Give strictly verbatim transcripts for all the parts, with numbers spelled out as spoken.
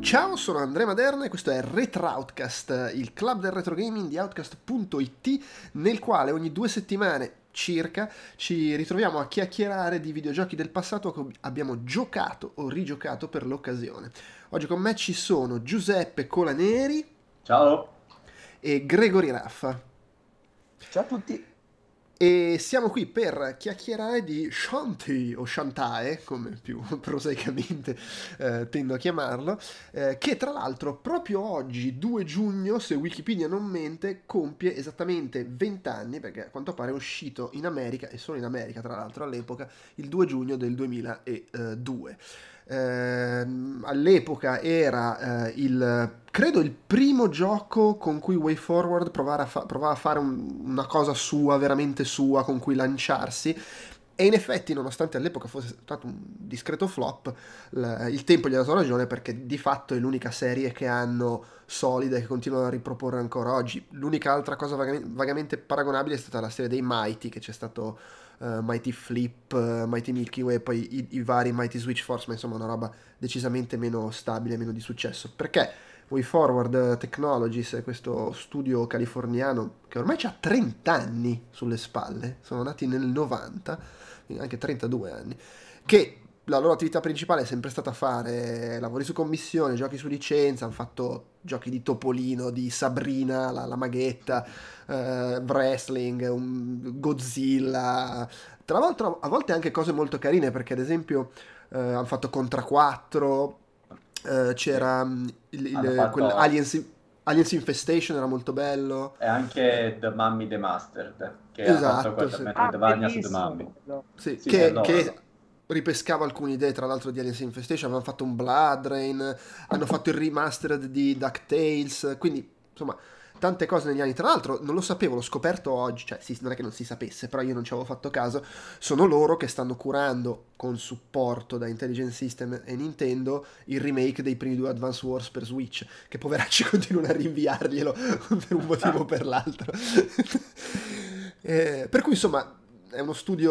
Ciao, sono Andrea Maderna e questo è Retroutcast, il club del retro gaming di outcast punto it, nel quale ogni due settimane circa ci ritroviamo a chiacchierare di videogiochi del passato che abbiamo giocato o rigiocato per l'occasione. Oggi con me ci sono Giuseppe Colaneri Ciao. e Gregory Raffa. Ciao a tutti. E siamo qui per chiacchierare di Shantae, o Shantae, come più prosaicamente eh, tendo a chiamarlo, eh, che tra l'altro proprio oggi, due giugno, se Wikipedia non mente, compie esattamente venti anni, perché a quanto pare è uscito in America, e solo in America tra l'altro all'epoca, il due giugno del duemiladue. Eh, all'epoca era eh, il credo il primo gioco con cui WayForward provava a, fa- provava a fare un- una cosa sua, veramente sua, con cui lanciarsi. E in effetti, nonostante all'epoca fosse stato un discreto flop, l- il tempo gli ha dato ragione, perché di fatto è l'unica serie che hanno solida e che continuano a riproporre ancora oggi. L'unica altra cosa vaga- vagamente paragonabile è stata la serie dei Mighty, che c'è stato uh, Mighty Flip, uh, Mighty Milky Way, poi i, i vari Mighty Switch Force, ma insomma una roba decisamente meno stabile, meno di successo. Perché WayForward Technologies è questo studio californiano che ormai ha trenta anni sulle spalle, sono nati nel novanta, quindi anche trentadue anni, che la loro attività principale è sempre stata fare lavori su commissione, giochi su licenza, hanno fatto giochi di Topolino, di Sabrina, la, la maghetta, eh, wrestling, un Godzilla, tra l'altro a volte anche cose molto carine, perché ad esempio eh, hanno fatto Contra quattro, eh, Sì. c'era mm, il, Hanno il, quel fatto Aliens, Aliens Infestation, era molto bello. e anche The Mummy Demastered, che ha fatto Esatto, quel sì. Ah, Metroidvania su The bellissimo Mummy. quello. Sì, Sì, è che, loro. che ripescava alcune idee tra l'altro di Aliens Infestation, avevano fatto un Blood Rain, hanno fatto il remastered di DuckTales, quindi insomma tante cose negli anni. Tra l'altro non lo sapevo, l'ho scoperto oggi, cioè sì, non è che non si sapesse, però io non ci avevo fatto caso. Sono loro che stanno curando, con supporto da Intelligent System e Nintendo, il remake dei primi due Advance Wars per Switch, che poveracci continuano a rinviarglielo per un motivo o per l'altro. Eh, per cui insomma è uno studio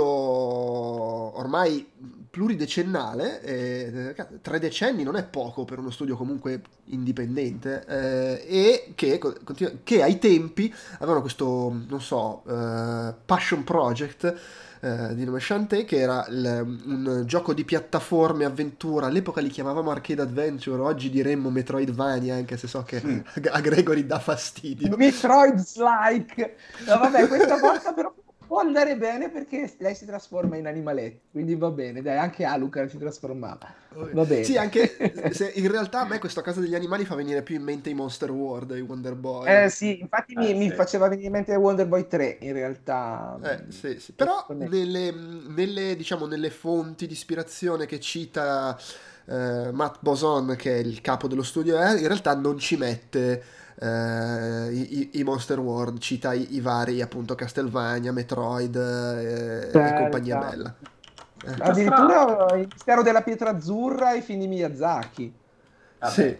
ormai pluridecennale, e, eh, tre decenni non è poco per uno studio comunque indipendente, eh, e che, continua- che ai tempi avevano questo, non so, eh, passion project eh, di nome Shantae, che era il- un gioco di piattaforme avventura. All'epoca li chiamavamo Arcade Adventure, oggi diremmo Metroidvania, anche se so che Mm. a Gregory dà fastidio. Metroids-like. No, vabbè, questa volta però può andare bene perché lei si trasforma in animaletti, quindi va bene. Dai, anche Alucard si trasformava. Va Sì, bene. anche se in realtà a me questa cosa degli animali fa venire più in mente i Monster World, i Wonder Eh Boy. sì, infatti mi, Eh mi sì. faceva venire in mente Wonder Boy tre, in realtà. Eh, mh, sì, sì. Però onestamente. nelle, nelle, diciamo, nelle fonti di ispirazione che cita eh, Matt Boson, che è il capo dello studio, eh, in realtà non ci mette eh, i, i- i Monster World, cita i, i vari appunto Castlevania, Metroid eh, e Eh, compagnia esatto. bella. Fa strano. Addirittura il mistero della pietra azzurra ai fini Miyazaki. Sì. Vabbè.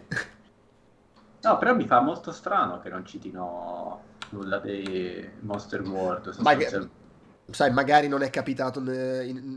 No, però mi fa molto strano che non citino nulla dei Monster World Ma che- sostanzialmente. sai, magari non è capitato ne- in-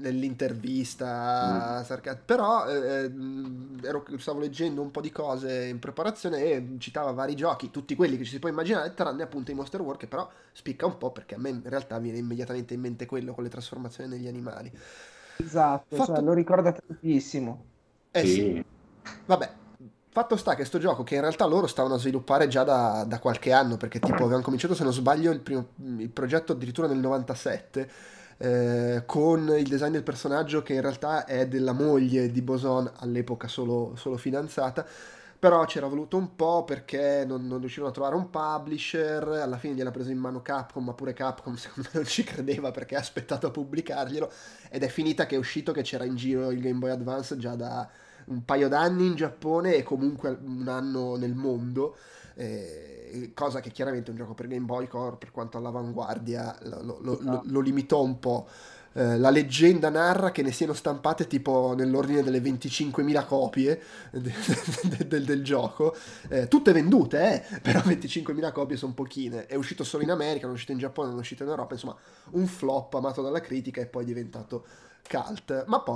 Mm. nell'intervista, sarca- però eh, mh, ero- stavo leggendo un po' di cose in preparazione e citava vari giochi, tutti quelli che ci si può immaginare, tranne appunto i Monster World, che però spicca un po' perché a me in realtà viene immediatamente in mente quello con le trasformazioni negli animali. Esatto, cioè, lo Fatto... ricorda tantissimo. Eh sì, Sì. vabbè, fatto sta che sto gioco, che in realtà loro stavano a sviluppare già da, da qualche anno, perché tipo avevano cominciato, se non sbaglio, il, primo, il progetto addirittura nel novantasette, eh, con il design del personaggio che in realtà è della moglie di Boson, all'epoca solo, solo fidanzata, però c'era voluto un po' perché non, non riuscivano a trovare un publisher, alla fine gliel'ha preso in mano Capcom, ma pure Capcom secondo me non ci credeva perché ha aspettato a pubblicarglielo, ed è finita che è uscito che c'era in giro il Game Boy Advance già da un paio d'anni in Giappone e comunque un anno nel mondo, eh, cosa che chiaramente un gioco per Game Boy Color, per quanto all'avanguardia, lo, lo- lo- lo limitò un po'. Eh, la leggenda narra che ne siano stampate tipo nell'ordine delle venticinquemila copie de- de- del, del gioco, eh, tutte vendute, eh, però venticinquemila copie sono pochine. È uscito solo in America, non è uscito in Giappone, non è uscito in Europa, insomma un flop amato dalla critica e poi diventato cult. Ma poi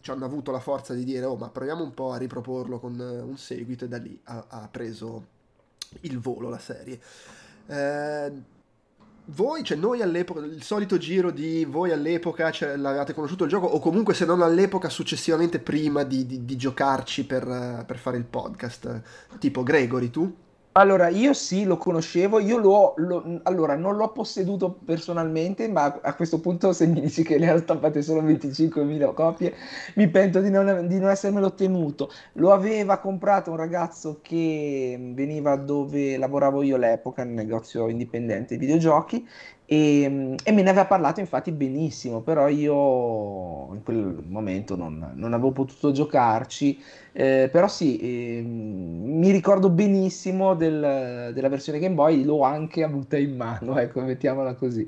ci hanno avuto la forza di dire oh ma proviamo un po' a riproporlo con un seguito, e da lì ha, ha preso il volo la serie. Eh, voi, cioè noi all'epoca, il solito giro di voi all'epoca cioè, l'avevate conosciuto il gioco, o comunque se non all'epoca successivamente prima di, di, di giocarci per, per fare il podcast, tipo Gregory, tu? Allora, io sì, lo conoscevo, io l'ho, lo- allora, non l'ho posseduto personalmente, ma a questo punto se mi dici che ne hanno stampate solo venticinquemila copie, mi pento di non, di non essermelo tenuto. Lo aveva comprato un ragazzo che veniva dove lavoravo io all'epoca, nel negozio indipendente di videogiochi, e, e me ne aveva parlato infatti benissimo, però io in quel momento non, non avevo potuto giocarci. Eh, però sì, ehm, mi ricordo benissimo del- della versione Game Boy, l'ho anche avuta in mano, ecco, mettiamola così.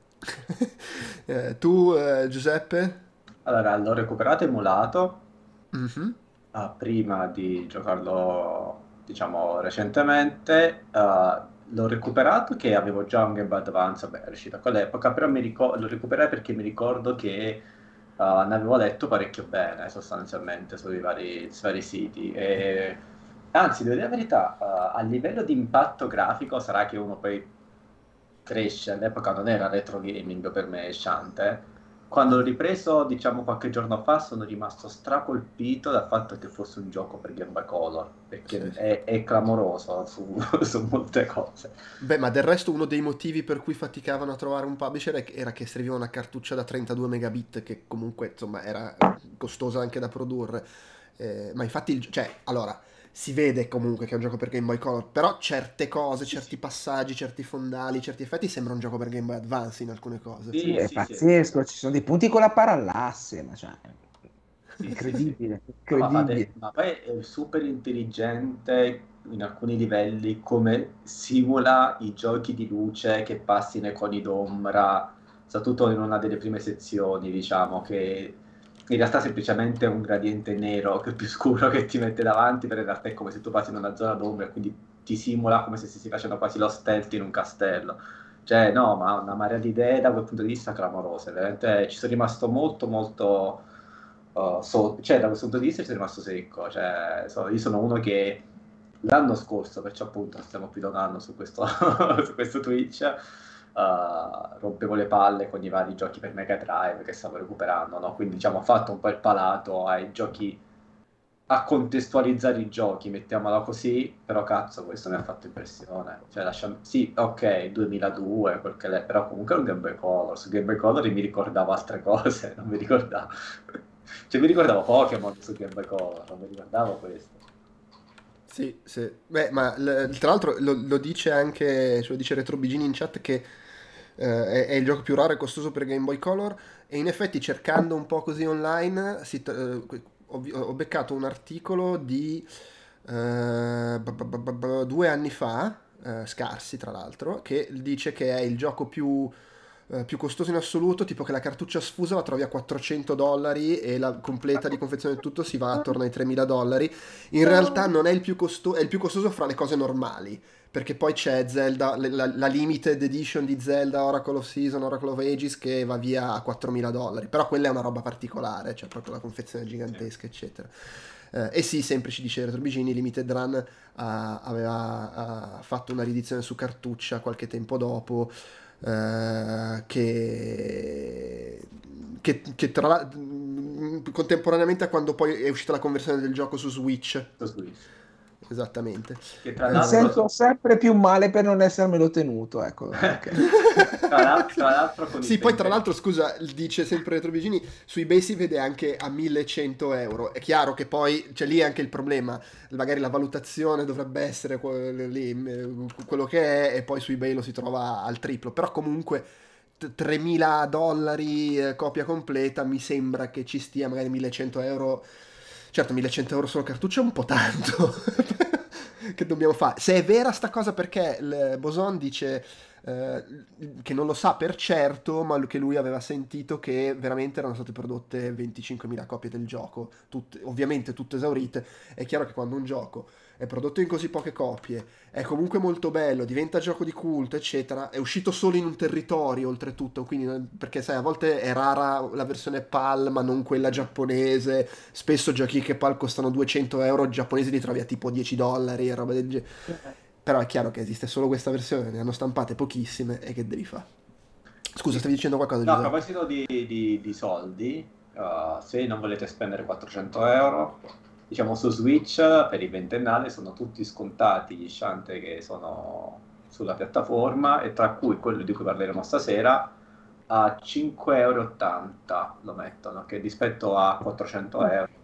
Eh, tu, eh, Giuseppe? Allora, l'ho recuperato emulato Mhm. eh, prima di giocarlo, diciamo, recentemente. Eh, l'ho recuperato che avevo già un Game Boy Advance, vabbè, è uscito a quell'epoca, però mi ricor- lo recuperai perché mi ricordo che eh, ne avevo letto parecchio bene, sostanzialmente, sui vari, sui vari siti. E, anzi, devo dire la verità, eh, a livello di impatto grafico, sarà che uno poi cresce, all'epoca non era retro gaming per me, Sciante. Quando l'ho ripreso, diciamo qualche giorno fa, sono rimasto stracolpito dal fatto che fosse un gioco per Game Boy Color, perché Sì, sì. è, è clamoroso su, su molte cose. Beh, ma del resto uno dei motivi per cui faticavano a trovare un publisher era che serviva una cartuccia da trentadue megabit, che comunque insomma era costosa anche da produrre. Eh, ma infatti, il, cioè, allora, si vede comunque che è un gioco per Game Boy Color, però certe cose, Sì, certi sì, passaggi, certi fondali, certi effetti sembra un gioco per Game Boy Advance in alcune cose. Sì, sì, è sì, sì. pazzesco, ci sono dei punti con la parallasse, ma cioè, Sì, sì, sì. incredibile, No, ma, fate- incredibile. ma poi è super intelligente in alcuni livelli come simula i giochi di luce che passi nei coni d'ombra, soprattutto in una delle prime sezioni, diciamo, che in realtà semplicemente è un gradiente nero che è più scuro che ti mette davanti, però in realtà è come se tu passi in una zona d'ombra e quindi ti simula come se stessi facendo quasi lo stealth in un castello. Cioè, no, ma una marea di idee da quel punto di vista clamorose, veramente ci sono rimasto molto molto uh, so- cioè da questo punto di vista ci sono rimasto secco, cioè, so- io sono uno che l'anno scorso, perciò appunto stiamo più da un anno su questo, su questo Twitch, uh, rompevo le palle con i vari giochi per Mega Drive che stavo recuperando, no? Quindi diciamo ho fatto un po' il palato ai giochi, a contestualizzare i giochi, mettiamola così, però cazzo questo mi ha fatto impressione, cioè lascia... sì, ok, duemiladue, quel che è, però comunque è un Game Boy Color, su Game Boy Color mi ricordavo altre cose, non mi ricordavo, cioè mi ricordavo Pokémon su Game Boy Color, non mi ricordavo questo. Sì, sì. Beh, ma l- tra l'altro lo, lo dice anche, cioè lo dice Retrobigini in chat che eh, è, è il gioco più raro e costoso per Game Boy Color, e in effetti cercando un po' così online si t- eh, que- ho, vi- ho beccato un articolo di eh, b- b- b- b- due anni fa, eh, scarsi tra l'altro, che dice che è il gioco più, eh, più costoso in assoluto, tipo che la cartuccia sfusa la trovi a quattrocento dollari e la completa di confezione e tutto si va attorno ai tremila dollari. In realtà non è il più costoso, è il più costoso fra le cose normali, perché poi c'è Zelda, la, la limited edition di Zelda, Oracle of Season, Oracle of Ages, che va via a quattromila dollari, però quella è una roba particolare, cioè proprio la confezione Sì. gigantesca, eccetera. Eh, e sì, sempre ci dice Retrobigini, Limited Run ah, aveva ah, fatto una riedizione su cartuccia qualche tempo dopo, eh, che, che, che tra la- contemporaneamente a quando poi è uscita la conversione del gioco su Switch. Su Switch. Esattamente. Che tra Mi Eh, sento l'altro, sempre più male per non essermelo tenuto, ecco, ok. tra l'al- tra l'altro con il Sì, poi tra tempo, l'altro, scusa, dice sempre Retrovigini, su eBay si vede anche a millecento euro. È chiaro che poi c'è lì anche il problema, magari la valutazione dovrebbe essere que- lì, eh, quello che è, e poi su eBay lo si trova al triplo. Però comunque t- tremila dollari, eh, copia completa, mi sembra che ci stia magari millecento euro. Certo, millecento euro solo cartuccia è un po' tanto. Che dobbiamo fare? Se è vera sta cosa, perché il Boson dice eh, che non lo sa per certo, ma che lui aveva sentito che veramente erano state prodotte venticinquemila copie del gioco, tutte, ovviamente tutte esaurite. È chiaro che quando un gioco è prodotto in così poche copie, è comunque molto bello, diventa gioco di culto, eccetera, è uscito solo in un territorio oltretutto, quindi perché sai, a volte è rara la versione PAL ma non quella giapponese, spesso giochi che PAL costano duecento euro, giapponesi li trovi a tipo dieci dollari e roba del genere. Però è chiaro che esiste solo questa versione, ne hanno stampate pochissime e che devi fare? Scusa, stavi dicendo qualcosa? No, a proposito di, di, di soldi, uh, se non volete spendere quattrocento euro, diciamo su Switch per il ventennale sono tutti scontati gli Shantae che sono sulla piattaforma, e tra cui quello di cui parleremo stasera a cinque e ottanta euro lo mettono, che rispetto a quattrocento euro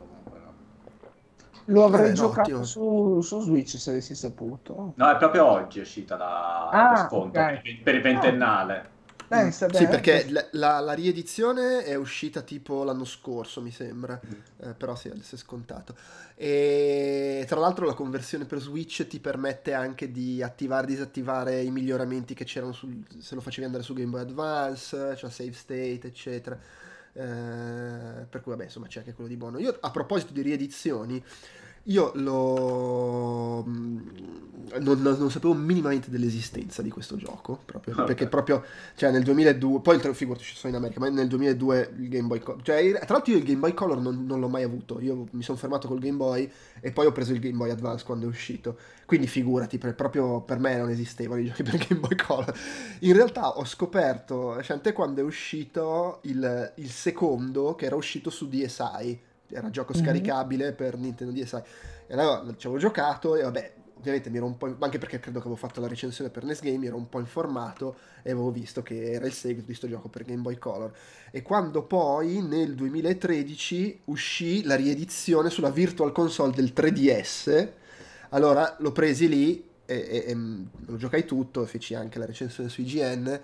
lo avrei Eh, no, giocato ottimo. su, su Switch se avessi saputo. no, è proprio oggi è uscita la, Ah, lo sconto ok. per, per il ventennale. Eh, Mm, sta sì, bene. perché la, la- la riedizione è uscita tipo l'anno scorso, mi sembra, eh, però sì, adesso è scontato. E tra l'altro la conversione per Switch ti permette anche di attivare e disattivare i miglioramenti che c'erano sul- se lo facevi andare su Game Boy Advance, cioè save state, eccetera. Eh, per cui vabbè, insomma, c'è anche quello di buono. Io, a proposito di riedizioni, io lo non, non- non sapevo minimamente dell'esistenza di questo gioco, proprio, perché Ok. proprio, cioè nel duemiladue, poi il figurati, ci sono in America, ma nel duemiladue il Game Boy Color, cioè in- tra l'altro io il Game Boy Color non, non l'ho mai avuto, io mi sono fermato col Game Boy e poi ho preso il Game Boy Advance quando è uscito, quindi figurati, per- proprio per me non esistevano i giochi per Game Boy Color. In realtà ho scoperto, Shantae, quando è uscito il, il secondo, che era uscito su D S i, era gioco Mhm. scaricabile per Nintendo D S i, e allora ci avevo giocato e vabbè, ovviamente mi ero un po', anche perché credo che avevo fatto la recensione per N E S Game, mi ero un po' informato e avevo visto che era il seguito di sto gioco per Game Boy Color. E quando poi nel duemilatredici uscì la riedizione sulla Virtual Console del tre D S, allora l'ho presi lì e, e- e lo giocai tutto, feci anche la recensione su I G N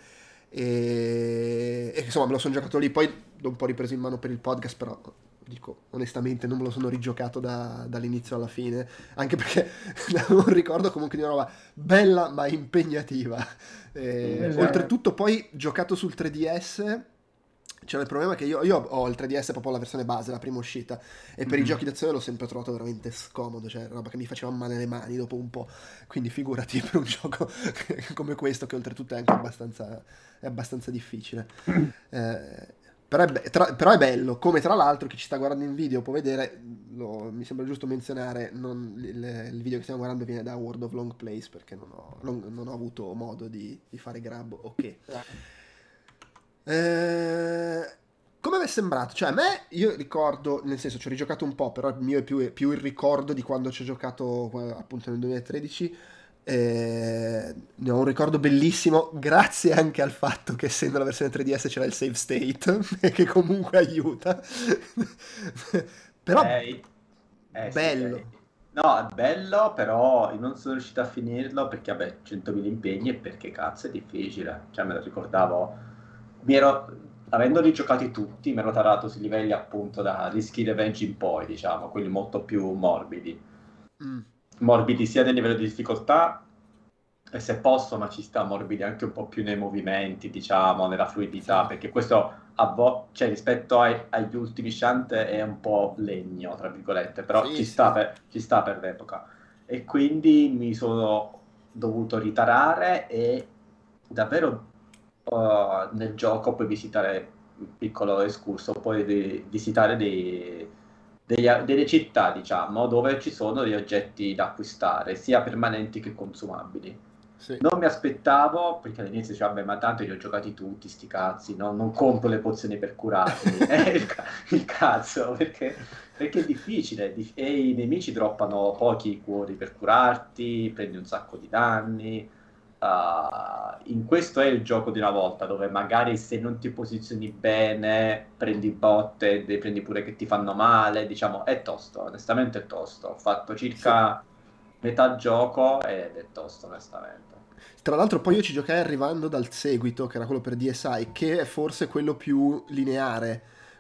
e, e insomma me lo sono giocato lì, poi l'ho un po' ripreso in mano per il podcast, però dico onestamente non me lo sono rigiocato da- dall'inizio alla fine, anche perché avevo un ricordo comunque di una roba bella ma impegnativa. Eh, Esatto. oltretutto poi giocato sul tre D S c'era il problema che io, io ho il tre D S proprio la versione base, la prima uscita, e per i Mhm. giochi d'azione l'ho sempre trovato veramente scomodo, cioè roba che mi faceva male le mani dopo un po', quindi figurati per un gioco come questo che oltretutto è anche abbastanza, è abbastanza difficile. Eh, però, è be- tra- però è bello, come tra l'altro chi ci sta guardando in video può vedere, lo- mi sembra giusto menzionare, non- il, il video che stiamo guardando viene da World of Long Place perché non ho, non- non ho avuto modo di, di fare grab, ok. Eh, come mi è sembrato? Cioè, a me, io ricordo, nel senso, ci ho rigiocato un po', però il mio è più, più il ricordo di quando ci ho giocato eh, appunto nel duemilatredici. Eh, ne ho un ricordo bellissimo, grazie anche al fatto che essendo la versione tre D S c'era il save state, che comunque aiuta. Però Eh, eh sì, eh. bello. No, è bello, però non sono riuscito a finirlo perché, vabbè, centomila impegni e perché cazzo è difficile. Cioè, me lo ricordavo. Mi ero, avendoli giocati tutti, mi ero tarato sui livelli appunto da Risky Revenge in poi, diciamo, quelli molto più morbidi. Mm, Morbidi sia nel livello di difficoltà, e se posso, ma ci sta morbidi anche un po' più nei movimenti, diciamo, nella fluidità, sì, perché questo a vo- cioè, rispetto ai- agli ultimi Shunt è un po' legno, tra virgolette, però ci sì, sta sì. per, ci sta per l'epoca. E quindi mi sono dovuto ritarare e davvero uh, nel gioco puoi visitare un piccolo escurso, puoi vi- visitare dei- degli- delle città, diciamo, dove ci sono degli oggetti da acquistare, sia permanenti che consumabili. Sì. Non mi aspettavo, perché all'inizio dicevo, vabbè, ma tanto li ho giocati tutti, sti cazzi, no? Non compro le pozioni per curarmi. Eh, il, ca- il cazzo, perché, perché è difficile, dif- e i nemici droppano pochi cuori per curarti, prendi un sacco di danni. Uh, in questo è il gioco di una volta, dove magari se non ti posizioni bene, prendi botte, e prendi pure che ti fanno male, diciamo, è tosto, onestamente è tosto. Ho fatto Sì. circa metà gioco ed è tosto, onestamente. Tra l'altro poi io ci giocai arrivando dal seguito, che era quello per D S i, che è forse quello più lineare,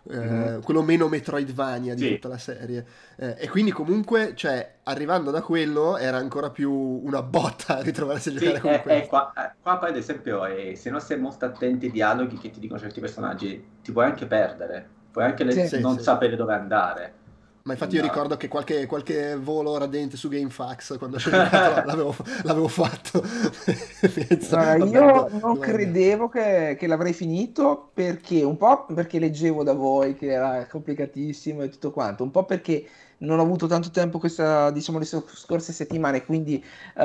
eh, Mhm. quello meno Metroidvania di Sì, tutta la serie. Eh, e quindi comunque, cioè, arrivando da quello era ancora più una botta ritrovarsi a giocare sì, con è, è questo. qua, eh, qua poi ad esempio, eh, se non stai molto attenti ai dialoghi che ti dicono certi personaggi, ti puoi anche perdere, puoi anche le- Sì. Sì, non sì. sapere dove andare. Ma infatti In, io uh, ricordo che qualche, qualche volo radente su GameFAQs, quando ci ho giocato, l'avevo, l'avevo fatto. Penso, Allora, vabbè, io do- non dove andare? credevo che, che l'avrei finito perché un po' perché leggevo da voi che era complicatissimo e tutto quanto, un po' perché non ho avuto tanto tempo questa, diciamo, le so- scorse settimane, quindi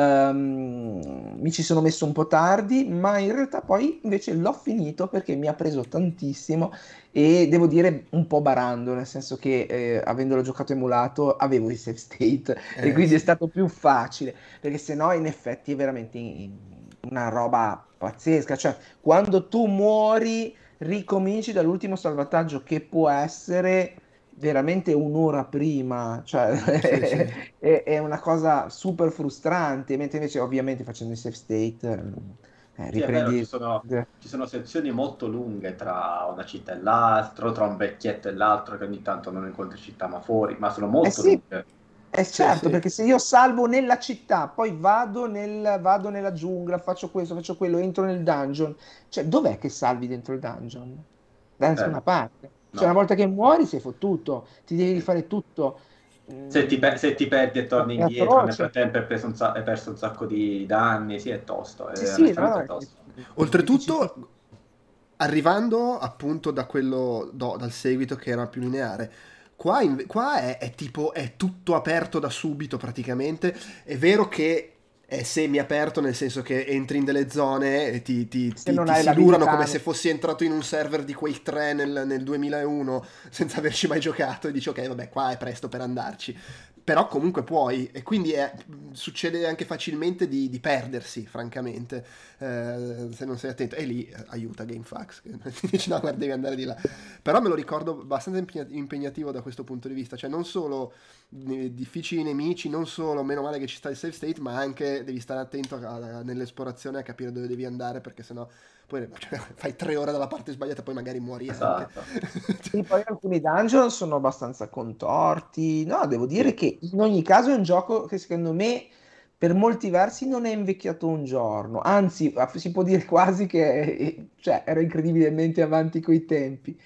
ehm, mi ci sono messo un po' tardi, ma in realtà poi invece l'ho finito perché mi ha preso tantissimo e devo dire un po' barando, nel senso che eh, avendolo giocato emulato avevo i save state e Eh quindi è sì. stato più facile perché sennò in effetti è veramente in- una roba pazzesca. Cioè, quando tu muori, ricominci dall'ultimo salvataggio che può essere veramente un'ora prima. Cioè, Sì, sì. è, è una cosa super frustrante, mentre invece ovviamente facendo i save state eh, sì, è vero, ci riprendi. sono, ci sono sezioni molto lunghe tra una città e l'altro, tra un vecchietto e l'altro, che ogni tanto non incontri città ma fuori, ma sono Eh molto sì, lunghe. è Sì, certo, sì. perché se io salvo nella città, poi vado, nel- vado nella giungla, faccio questo, faccio quello, entro nel dungeon, cioè dov'è che salvi dentro il dungeon? Da Eh, nessuna parte. Cioè una no. volta che muori sei fottuto, ti devi rifare tutto. Se ti, Mm, pe- se ti perdi e torni è indietro, nel atroce. frattempo hai, preso un sa- hai perso un sacco di danni, sì, è tosto, Sì, è sì, no, no, onestamente è tosto. difficilissimo. Oltretutto, arrivando appunto da quello, do- dal seguito che era più lineare, qua, inve- qua è, è tipo, è tutto aperto da subito praticamente. È vero che è semi aperto, nel senso che entri in delle zone e ti, ti, Se ti, non ti hai silurano come l'abilità, se no. fossi entrato in un server di Quake tre nel, nel duemilauno senza averci mai giocato e dici ok, vabbè, qua è presto per andarci. Però comunque puoi, e quindi è- succede anche facilmente di, di perdersi, francamente, eh, se non sei attento. E lì eh, aiuta GameFAQs, che ti dice no, guarda, devi andare di là. Però me lo ricordo abbastanza impegna- impegnativo da questo punto di vista, cioè non solo eh, difficili nemici, non solo meno male che ci sta il save state, ma anche devi stare attento a- a- nell'esplorazione a capire dove devi andare, perché sennò poi cioè, fai tre ore dalla parte sbagliata, poi magari muori anche. Esatto, Sì, poi alcuni dungeon sono abbastanza contorti. No, devo dire sì. che in ogni caso è un gioco che secondo me per molti versi non è invecchiato un giorno. Anzi, si può dire quasi che eh, cioè, era incredibilmente avanti coi tempi.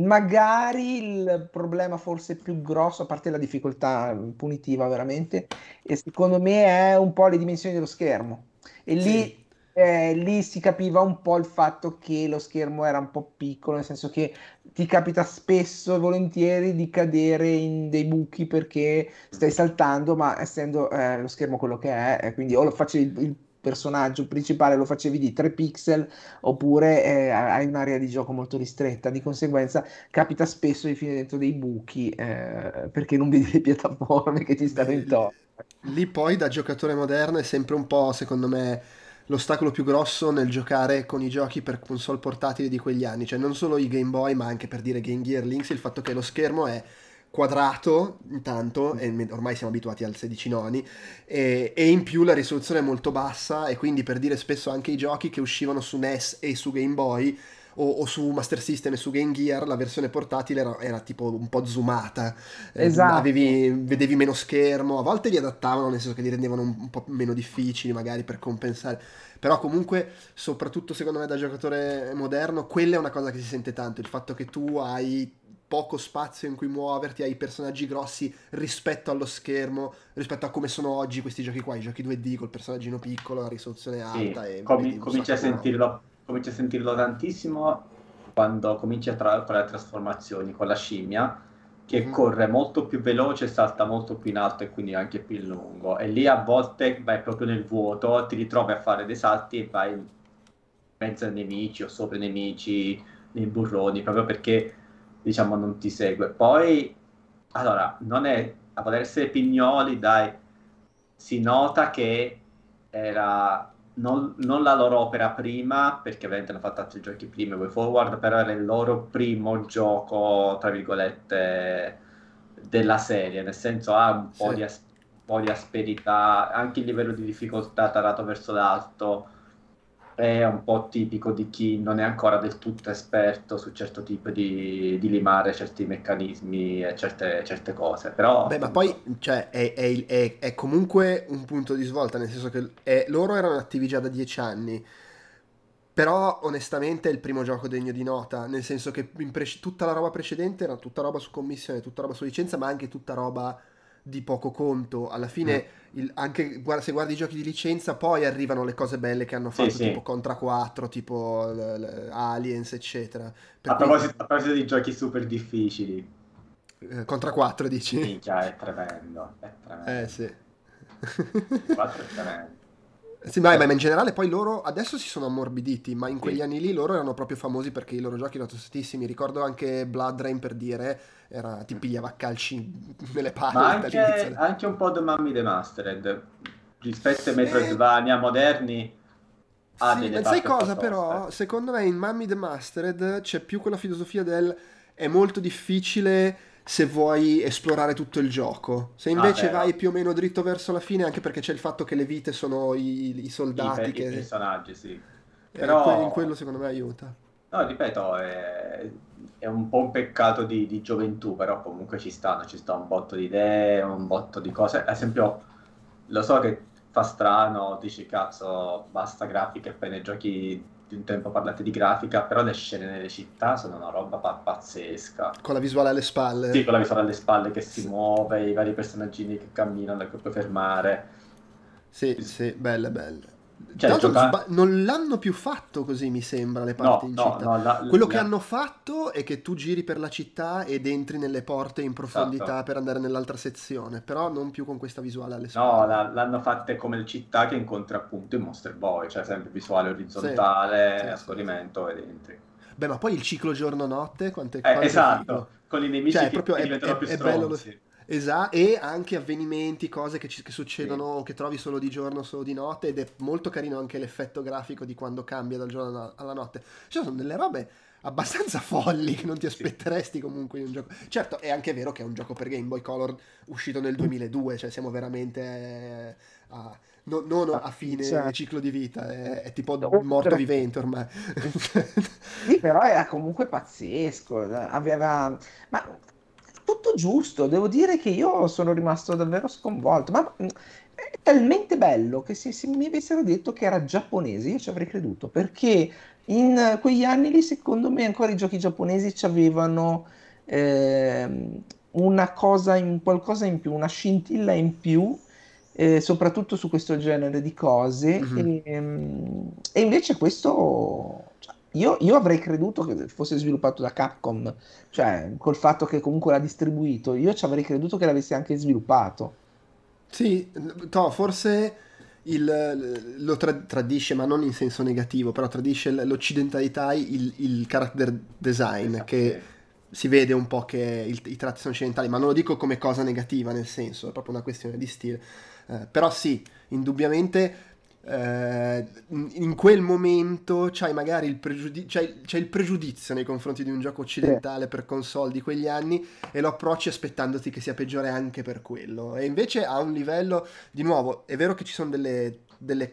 Magari il problema forse più grosso, a parte la difficoltà punitiva veramente, e secondo me è un po' le dimensioni dello schermo. E Sì, lì, eh, lì si capiva un po' il fatto che lo schermo era un po' piccolo, nel senso che ti capita spesso e volentieri di cadere in dei buchi perché stai saltando, ma essendo eh, lo schermo quello che è, eh, quindi o lo facevi il, il personaggio principale lo facevi di tre pixel oppure eh, hai un'area di gioco molto ristretta, di conseguenza capita spesso di finire dentro dei buchi eh, perché non vedi le piattaforme che ti stanno beh, lì, intorno. lì poi da giocatore moderno è sempre un po', secondo me, l'ostacolo più grosso nel giocare con i giochi per console portatili di quegli anni, cioè non solo i Game Boy, ma anche per dire Game Gear Lynx, il fatto che lo schermo è quadrato intanto, e me- ormai siamo abituati al sedici noni, e, e in più la risoluzione è molto bassa, e quindi per dire spesso anche i giochi che uscivano su N E S e su Game Boy o, o su Master System e su Game Gear, la versione portatile era, era tipo un po' zoomata, eh, Esatto. avevi, vedevi meno schermo, a volte li adattavano, nel senso che li rendevano un, un po' meno difficili magari per compensare, però comunque, soprattutto secondo me da giocatore moderno, quella è una cosa che si sente tanto, il fatto che tu hai poco spazio in cui muoverti, hai personaggi grossi rispetto allo schermo, rispetto a come sono oggi questi giochi qua, i giochi due D col personaggino piccolo, la risoluzione Sì, alta e comi- vedi un cominci a sacco roba. sentirlo, cominci a sentirlo tantissimo quando cominci a tra- con le trasformazioni, con la scimmia, che Mhm. corre molto più veloce, salta molto più in alto e quindi anche più in lungo. E lì a volte vai proprio nel vuoto, ti ritrovi a fare dei salti e vai in mezzo ai nemici o sopra i nemici, nei burroni, proprio perché, diciamo, non ti segue. Poi, allora, non è, a voler essere pignoli, dai, si nota che era non, non la loro opera prima, perché ovviamente hanno fatto altri giochi prima, Way Forward, però era il loro primo gioco, tra virgolette, della serie, nel senso ha un po' Sì. di, as- un po' di asperità, anche il livello di difficoltà tarato verso l'alto è un po' tipico di chi non è ancora del tutto esperto su certo tipo di, di limare certi meccanismi e certe, certe cose, però Beh, ma appunto, poi, cioè, è, è il- è- è comunque un punto di svolta, nel senso che è- loro erano attivi già da dieci anni, però onestamente è il primo gioco degno di nota, nel senso che in pre- tutta la roba precedente era tutta roba su commissione, tutta roba su licenza, ma anche tutta roba di poco conto. Alla mm, fine, il- anche guarda- se guardi i giochi di licenza, poi arrivano le cose belle che hanno sì, fatto, tipo sì. Contra quattro, tipo l- l- Aliens, eccetera. Per A cui, proposito, a proposito di giochi super difficili, eh, Contra quattro dici? minchia, è tremendo, è Eh tremendo. sì. Il quattro è tremendo. Sì, ma, Eh, ma in generale poi loro adesso si sono ammorbiditi, ma in quegli sì. anni lì loro erano proprio famosi perché i loro giochi erano tostissimi. Ricordo anche Blood Rain, per dire, era, ti pigliava a calci nelle Ma palle anche, dall'inizio. anche un po' The Mummy Demastered, rispetto ai Eh, Metroidvania moderni, ha sì, delle ma sai tappe un po' cosa toste. però? Secondo me in Mummy the Mastered c'è più quella filosofia del è molto difficile se vuoi esplorare tutto il gioco. Se Ah, invece vai vero, più o meno dritto verso la fine, anche perché c'è il fatto che le vite sono i, i i, pe- soldati i che personaggi, sì. eh, in, que- in Però, quello secondo me aiuta. no, ripeto, è, è un po' un peccato di, di gioventù, però comunque ci stanno, ci sta un botto di idee, un botto di cose. Ad esempio, lo so che fa strano, dici cazzo, basta grafica e poi nei giochi di un tempo parlate di grafica, però le scene nelle città sono una roba pa- pazzesca. Con la visuale alle Sì, con spalle. la visuale alle spalle che si Sì, muove, i vari personaggini che camminano che puoi fermare. sì, sì, belle, belle. Tra Cioè, l'altro giocare... sba- non l'hanno più fatto così, mi sembra, le parti No, in no, città. no, la, Quello che la- hanno fatto è che tu giri per la città ed entri nelle porte in esatto. profondità per andare nell'altra sezione, però non più con questa visuale alle No, spalle. la- l'hanno fatte come il città che incontra appunto il Monster Boy, cioè sempre visuale Sì, orizzontale, sì, a sì, sì. scorrimento ed entri. Beh, ma poi il ciclo giorno-notte, quanto è, Eh, quanto è esatto, figo. con i nemici Cioè, è che, proprio, che è, diventano è- più è bello lo... stronzi. Esatto, e anche avvenimenti, cose che, ci- che Sì, succedono, che trovi solo di giorno, solo di notte, ed è molto carino anche l'effetto grafico di quando cambia dal giorno alla, alla notte. Ci sono delle robe abbastanza folli che non ti sì, aspetteresti comunque in un gioco. Certo, è anche vero che è un gioco per Game Boy Color uscito nel duemiladue, cioè siamo veramente eh, a, no- non Ah, a fine cioè, ciclo di vita, è, è tipo morto oltre. vivente ormai. Sì, però era comunque pazzesco, eh, aveva... Ma tutto giusto, devo dire che io sono rimasto davvero sconvolto, ma mh, è talmente bello che se, se mi avessero detto che era giapponese io ci avrei creduto, perché in eh, quegli anni lì secondo me ancora i giochi giapponesi ci avevano ehm, una cosa in, qualcosa in più, una scintilla in più, eh, soprattutto su questo genere di cose, Mhm. e, ehm, e invece questo... cioè, io, io avrei creduto che fosse sviluppato da Capcom, cioè col fatto che comunque l'ha distribuito, io ci avrei creduto che l'avesse anche sviluppato. Sì, no, forse il- lo tra- tradisce, ma non in senso negativo, però tradisce l- l'occidentalità, il, il character design, esatto, che sì. si vede un po' che il- i tratti sono occidentali, ma non lo dico come cosa negativa, nel senso, è proprio una questione di stile. Eh, però sì, indubbiamente eh, in in quel momento c'hai magari il, pregiudi- c'hai- c'hai il pregiudizio nei confronti di un gioco Sì. occidentale per console di quegli anni e lo approcci aspettandoti che sia peggiore anche per quello. E invece ha un livello, di nuovo, è vero che ci sono delle, delle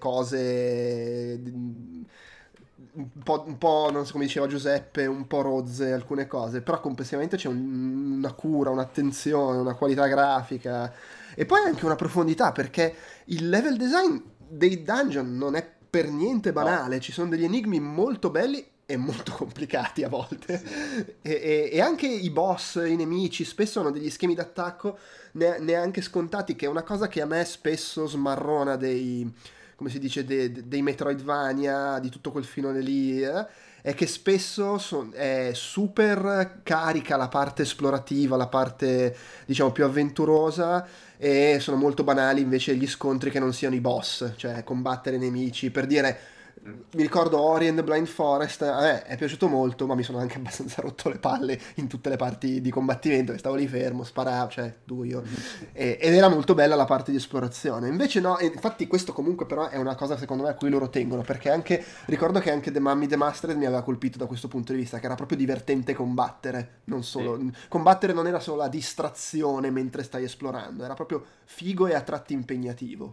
cose mm, un po', un po', non so come diceva Giuseppe, un po' rozze alcune cose, però complessivamente c'è un- una cura, un'attenzione, una qualità grafica e poi anche una profondità, perché il level design dei dungeon non è per niente No, banale, ci sono degli enigmi molto belli e molto complicati a volte. sì. E, e- e anche i boss, i nemici, spesso hanno degli schemi d'attacco ne- neanche scontati, che è una cosa che a me spesso smarrona dei, come si dice, de- de- dei Metroidvania, di tutto quel filone lì, eh, è che spesso son- è super carica la parte esplorativa, la parte, diciamo, più avventurosa, e sono molto banali invece gli scontri che non siano i boss, cioè combattere nemici, per dire... Mm. Mi ricordo Ori and the Blind Forest, a me è piaciuto molto, ma mi sono anche abbastanza rotto le palle in tutte le parti di combattimento, che stavo lì fermo, sparavo, cioè, duio. E- ed era molto bella la parte di esplorazione. Invece no, e infatti questo comunque però è una cosa secondo me a cui loro tengono, perché anche, ricordo che anche The Mummy The Mastered mi aveva colpito da questo punto di vista, che era proprio divertente combattere, non solo... Sì. Combattere non era solo la distrazione mentre stai esplorando, era proprio figo e a tratti impegnativo.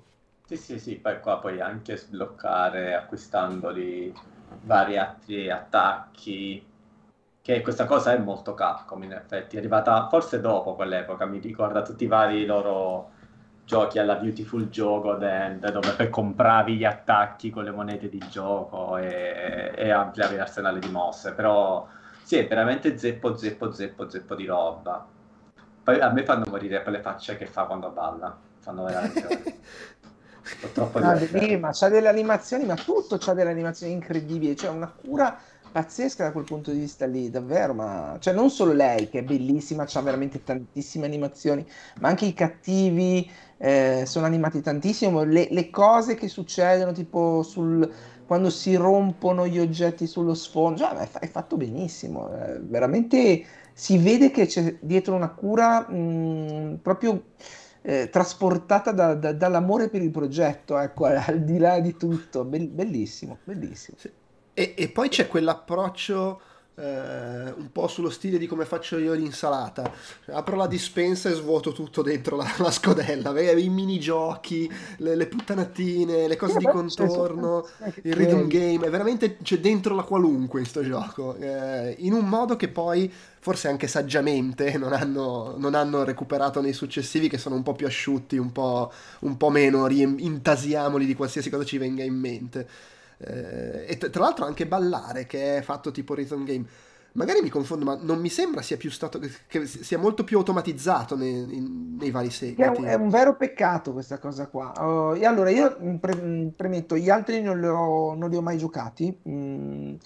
Sì, sì, sì, poi qua puoi anche sbloccare acquistandoli vari altri attacchi, che questa cosa è molto Capcom in effetti, è arrivata forse dopo quell'epoca, mi ricorda tutti i vari loro giochi alla Beautiful Joe Godend, dove poi compravi gli attacchi con le monete di gioco e, e ampliavi l'arsenale di mosse, però sì, è veramente zeppo, zeppo, zeppo, zeppo di roba. Poi a me fanno morire per le facce che fa quando balla, fanno veramente... Sono troppo Ah, beh, divertente. ma c'ha delle animazioni, ma tutto c'ha delle animazioni incredibili, cioè una cura pazzesca da quel punto di vista lì, davvero, ma cioè non solo lei che è bellissima, c'ha veramente tantissime animazioni, ma anche i cattivi eh, sono animati tantissimo, le, le cose che succedono tipo sul, quando si rompono gli oggetti sullo sfondo, cioè, è, fa- è fatto benissimo, eh, veramente si vede che c'è dietro una cura mh, proprio eh, trasportata da- da- dall'amore per il progetto, ecco, al di là di tutto. Bell- bellissimo, bellissimo. Sì. E, e poi c'è quell'approccio eh, un po' sullo stile di come faccio io l'insalata. Apro la dispensa e svuoto tutto dentro la, la scodella, vedi? I minigiochi, le, le puttanatine, le Sì, cose di vabbè, ce ne sono contorno, tantissime anche il rhythm quelli. game, è veramente c'è dentro la qualunque in sto gioco, eh, in un modo che poi forse anche saggiamente non hanno, non hanno recuperato nei successivi, che sono un po' più asciutti, un po', un po' meno riem- intasiamoli di qualsiasi cosa ci venga in mente. Eh, e t- tra l'altro anche ballare, che è fatto tipo rhythm game. Magari mi confondo, ma non mi sembra sia più stato che, che sia molto più automatizzato nei, in- nei vari Che È un, è seguiti. un vero peccato questa cosa qua. Oh, e allora io mh, pre- mh, premetto, gli altri non li ho, non li ho mai giocati, mh,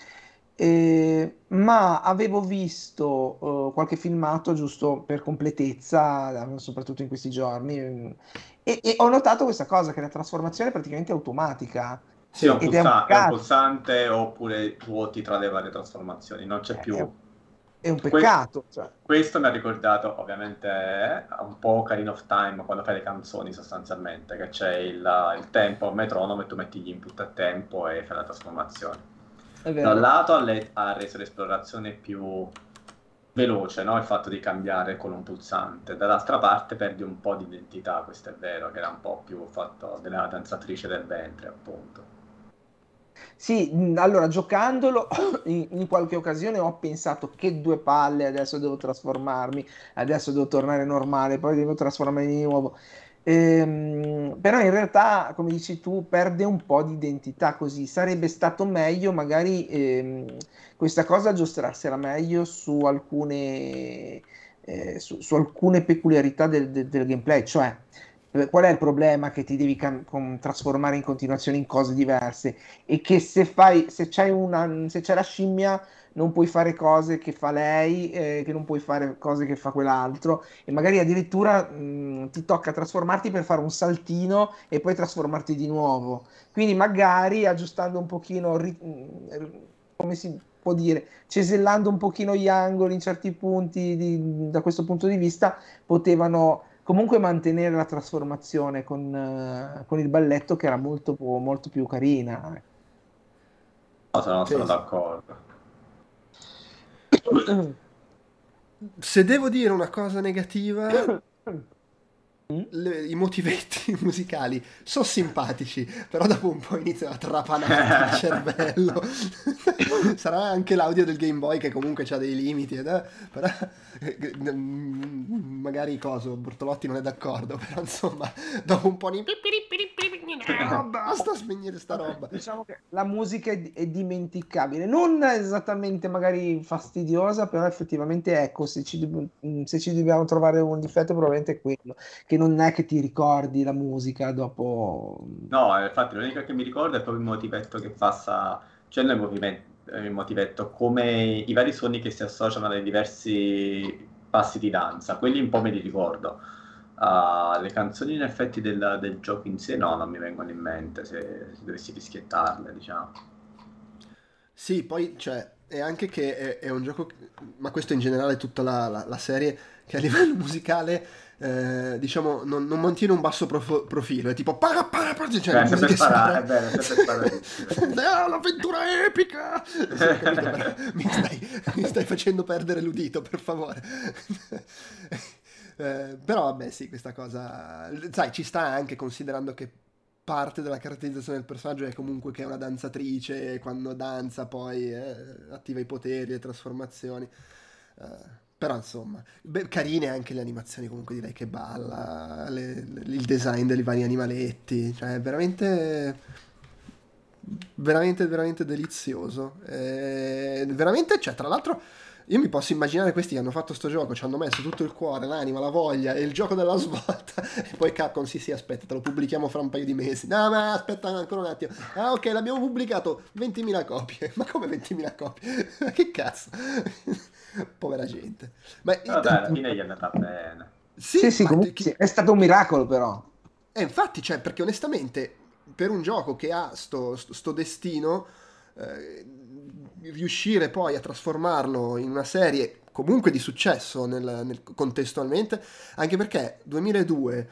eh, ma avevo visto eh, qualche filmato giusto per completezza, eh, soprattutto in questi giorni, mh, e, e ho notato questa cosa, che la trasformazione è praticamente automatica Sì, è un, ed è un pulsa- è un peccato. pulsante oppure ruoti tra le varie trasformazioni, non c'è È, più... è un Que- peccato, cioè. Questo mi ha ricordato ovviamente eh, un po' Ocarina of Time quando fai le canzoni sostanzialmente, che c'è il, il tempo, il metronomo e tu metti gli input a tempo e fai la trasformazione. È Da un vero. lato ha, le- ha reso l'esplorazione più veloce, no? Il fatto di cambiare con un pulsante, dall'altra parte perdi un po' di identità, questo è vero, che era un po' più fatto della danzatrice del ventre, appunto. Sì, mh, allora giocandolo in, in qualche occasione ho pensato che due palle, adesso devo trasformarmi, adesso devo tornare normale, poi devo trasformarmi di nuovo. Ehm, però in realtà, come dici tu, perde un po' di identità così. Sarebbe stato meglio magari ehm, questa cosa aggiustarsela meglio su alcune, eh, su, su alcune peculiarità del, del- del gameplay, cioè eh, qual è il problema che ti devi cam- com- trasformare in continuazione in cose diverse? E che se fai, se c'hai una, se c'è la scimmia non puoi fare cose che fa lei, eh, che non puoi fare cose che fa quell'altro, e magari addirittura mh, ti tocca trasformarti per fare un saltino e poi trasformarti di nuovo. Quindi magari aggiustando un pochino, ri- mh, come si può dire, cesellando un pochino gli angoli in certi punti di- da questo punto di vista, potevano comunque mantenere la trasformazione con, eh, con il balletto che era molto, molto più carina. No, sono, sono Sì, sì. d'accordo. Se devo dire una cosa negativa, Mm? le- i motivetti musicali sono simpatici, però dopo un po' iniziano a trapanarti il cervello. Sarà anche l'audio del Game Boy che comunque ha dei limiti, ed è- però eh, mm, magari coso, Bortolotti non è d'accordo, però insomma, dopo un po' di... Ah, basta spegnere sta Vabbè, roba. diciamo che la musica è, è dimenticabile, non esattamente magari fastidiosa, però effettivamente ecco, se ci, dobb- se ci dobbiamo trovare un difetto probabilmente è quello, che non è che ti ricordi la musica dopo. No, infatti l'unica che mi ricordo è proprio il motivetto che passa, cioè non il movimento, il motivetto, come i vari suoni che si associano ai diversi passi di danza, quelli un po' me li ricordo. Ah, le canzoni in effetti del, del gioco in sé no, non mi vengono in mente se, se dovessi rischiettarle, diciamo. Sì, poi cioè, è anche che è, è un gioco, che- ma questo in generale tutta la, la- la serie, che a livello musicale, eh, diciamo, non, non mantiene un basso profo- profilo, è tipo, para, para, para, cioè Cioè, le è sempre musiche spara, è spara. vero, è sempre sparatissimo. Ah, l'avventura epica! Sì, ho capito, però mi stai, mi stai facendo perdere l'udito, per favore. Eh, però vabbè, sì, questa cosa, sai, ci sta anche considerando che parte della caratterizzazione del personaggio è comunque che è una danzatrice, e quando danza poi eh, attiva i poteri, le trasformazioni. Uh, però insomma, beh, carine anche le animazioni, comunque di lei che balla, le, le, il design dei vari animaletti, cioè veramente veramente veramente delizioso. E veramente, cioè, tra l'altro io mi posso immaginare questi che hanno fatto sto gioco, ci hanno messo tutto il cuore, l'anima, la voglia e il gioco della svolta e poi Capcom sì sì aspetta, te lo pubblichiamo fra un paio di mesi. No ma aspetta ancora un attimo. Ah ok, l'abbiamo pubblicato, ventimila copie. Ma come ventimila copie? Che cazzo? Povera gente. Ma Però dai, alla fine gli è andata bene. sì, Sì, sì, ma comunque chi- sì, è stato un miracolo però. eh, infatti, cioè, perché onestamente, per un gioco che ha sto, sto- sto destino, eh, riuscire poi a trasformarlo in una serie comunque di successo nel, nel- contestualmente, anche perché duemiladue,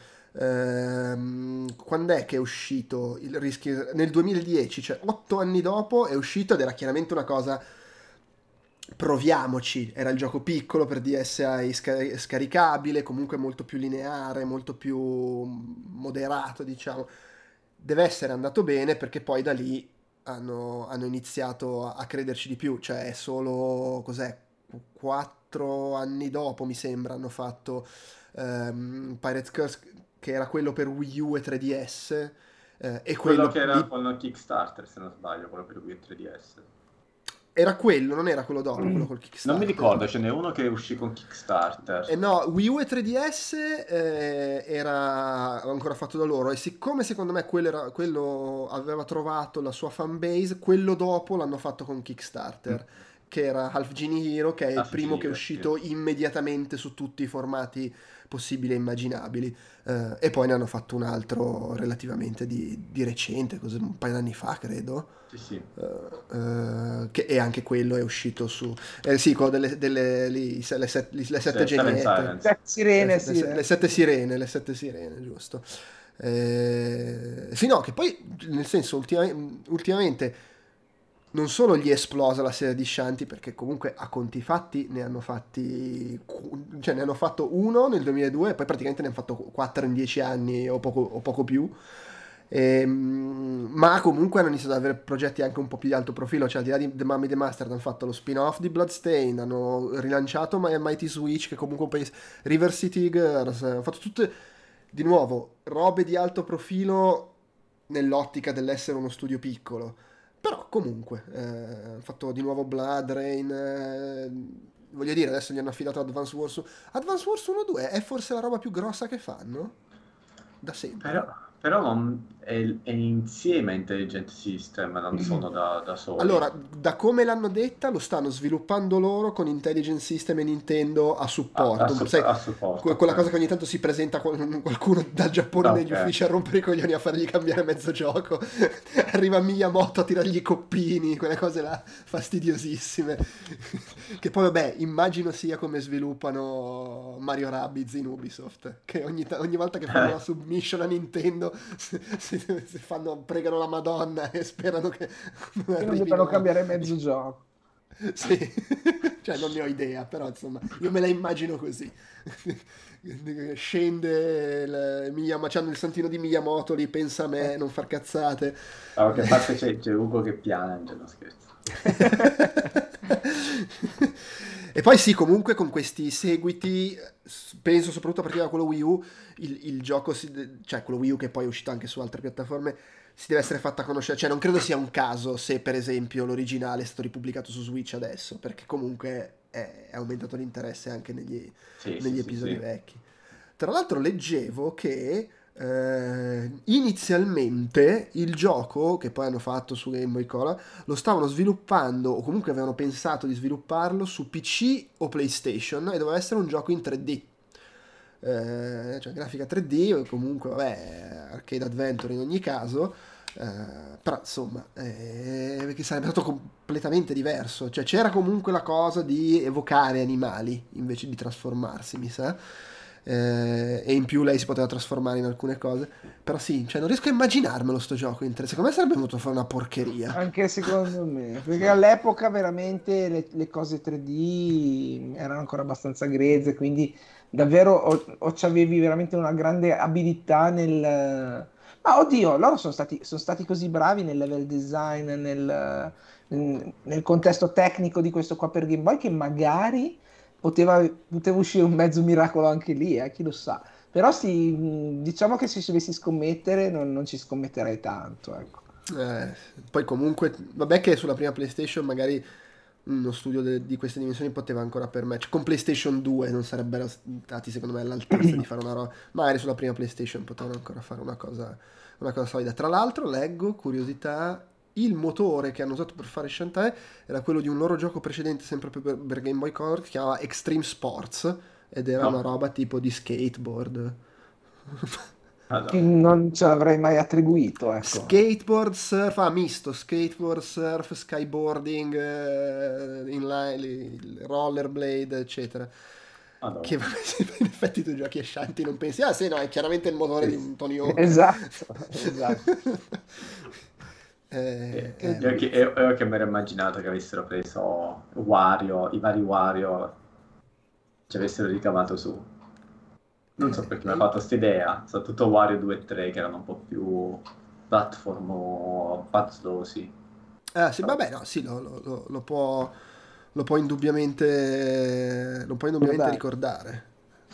ehm, quando è che è uscito il rischio? Nel duemiladieci, cioè otto anni dopo, è uscito ed era chiaramente una cosa. Proviamoci, era il gioco piccolo per D S i sca- scaricabile, comunque molto più lineare, molto più moderato, diciamo. Deve essere andato bene perché poi da lì hanno, hanno iniziato a, a crederci di più, cioè è solo, cos'è, quattro anni dopo mi sembra hanno fatto ehm, Pirate's Curse, che era quello per Wii U e tre D S, eh, e Quello quello che era lì con Kickstarter, se non sbaglio, quello per Wii U tre D S. era quello, non era quello dopo, quello col Non mi Kickstarter. ricordo, ce n'è uno che uscì con Kickstarter. Eh no, Wii U e tre D S eh, era ancora fatto da loro e siccome secondo me quello, era- quello aveva trovato la sua fanbase, quello dopo l'hanno fatto con Kickstarter, Mm. che era Half Genie Hero, che è Ah, il sì, primo sì, che è sì. uscito immediatamente su tutti i formati possibili e immaginabili. Eh, e poi ne hanno fatto un altro relativamente di, di recente, così, un paio d'anni fa credo. Sì, sì. Eh, eh, che, e anche quello è uscito su eh, sì, quello delle, delle lì, se- le, set- le sette Se- Seven geniette, Silence. Cioè, Sirene, le, sì. le- le sette sirene, le sette sirene, giusto. Eh, sì, no, che poi, nel senso, ultima- ultimamente non solo gli è esplosa la serie di Shanti, perché comunque a conti fatti ne hanno fatti, cioè ne hanno fatto uno nel duemiladue e poi praticamente ne hanno fatto quattro in dieci anni o poco, o poco più. Ehm, ma comunque hanno iniziato ad avere progetti anche un po' più di alto profilo, cioè al di là di The Mummy the Master hanno fatto lo spin-off di Bloodstained, hanno rilanciato My Mighty Switch, che comunque poi River City Girls, hanno fatto tutte di nuovo robe di alto profilo nell'ottica dell'essere uno studio piccolo. Però comunque, eh, hanno fatto di nuovo Blood Rain, eh, voglio dire, adesso gli hanno affidato Advance Wars. Advance Wars uno due è forse la roba più grossa che fanno? Da sempre. Però, però non- è, è insieme a Intelligent System, non sono da, da soli. Allora, da come l'hanno detta, lo stanno sviluppando loro con Intelligent System e Nintendo a supporto. A- a su- Sai, a supporto, que- quella ok. cosa che ogni tanto si presenta qual- qualcuno dal Giappone negli Ok. uffici a rompere i coglioni a fargli cambiare mezzo gioco. Arriva Miyamoto a tirargli i coppini, quelle cose là fastidiosissime. Che poi, vabbè, immagino sia come sviluppano Mario Rabbids in Ubisoft, che ogni, ta- ogni volta che fanno la submission a Nintendo si, si- si fanno, pregano la Madonna e sperano che non Non arrivino devono a- cambiare mezzo gioco. Sì, cioè non ne ho idea, però insomma, io me la immagino così. Scende il, Miyama- c'hanno il santino di Miyamoto lì, pensa a me, non far cazzate. Ah, ok, a parte c'è, c'è Ugo che piange, no scherzo. E poi sì, comunque con questi seguiti, s- penso soprattutto a partire da quello Wii U, il, il gioco, si de- cioè quello Wii U che poi è uscito anche su altre piattaforme, si deve essere fatta conoscere. Cioè non credo sia un caso se per esempio l'originale è stato ripubblicato su Switch adesso, perché comunque è, è aumentato l'interesse anche negli, Sì, negli sì, sì, episodi sì. vecchi. Tra l'altro leggevo che eh, inizialmente il gioco che poi hanno fatto su Game Boy Color lo stavano sviluppando, o comunque avevano pensato di svilupparlo su P C o PlayStation, e doveva essere un gioco in tre D. Eh, cioè grafica tre D, o comunque vabbè, arcade adventure in ogni caso. Eh, però insomma, eh, perché sarebbe stato completamente diverso. Cioè c'era comunque la cosa di evocare animali invece di trasformarsi, mi sa. Eh, e in più lei si poteva trasformare in alcune cose. Però sì, cioè non riesco a immaginarmelo sto gioco in tre. Secondo me sarebbe venuto a fare una porcheria. Anche secondo me, perché all'epoca veramente le, le cose tre D erano ancora abbastanza grezze, quindi davvero o, o c'avevi veramente una grande abilità nel... Ma oddio, loro sono stati, sono stati così bravi nel level design, nel, nel- nel contesto tecnico di questo qua per Game Boy che magari poteva, poteva uscire un mezzo miracolo anche lì, eh, chi lo sa. Però sì, mh, diciamo che se ci dovessi scommettere non, non ci scommetterei tanto, ecco. Eh, poi comunque, vabbè che sulla prima PlayStation magari uno studio de- di queste dimensioni poteva ancora permettere. Con PlayStation due non sarebbero stati secondo me all'altezza di fare una roba. Magari sulla prima PlayStation potevano ancora fare una cosa, una cosa solida. Tra l'altro leggo, curiosità, il motore che hanno usato per fare Shantae era quello di un loro gioco precedente sempre per, per Game Boy Color che si chiamava Extreme Sports ed era una No, roba tipo di skateboard. Che allora. non ce l'avrei mai attribuito, ecco. Skateboard, surf, ah, misto, skateboard, surf, skyboarding, eh, inline, il rollerblade, eccetera. Allora. Che vabbè, se in effetti tu giochi a Shanty non pensi, ah sì, no, è chiaramente il motore Sì, di sì. un Tony Hawk. Esatto, esatto. Eh, E- eh, Io che, io- io che mi ero immaginato che avessero preso Wario, i vari Wario, ci avessero ricavato su. Non so perché mi ha eh, fatto questa idea, soprattutto Wario due e tre che erano un po' più platform o puzzlosi. ah, sì, Però, vabbè, no, sì, lo, lo- lo- lo può, lo può indubbiamente, lo può indubbiamente Dai. ricordare.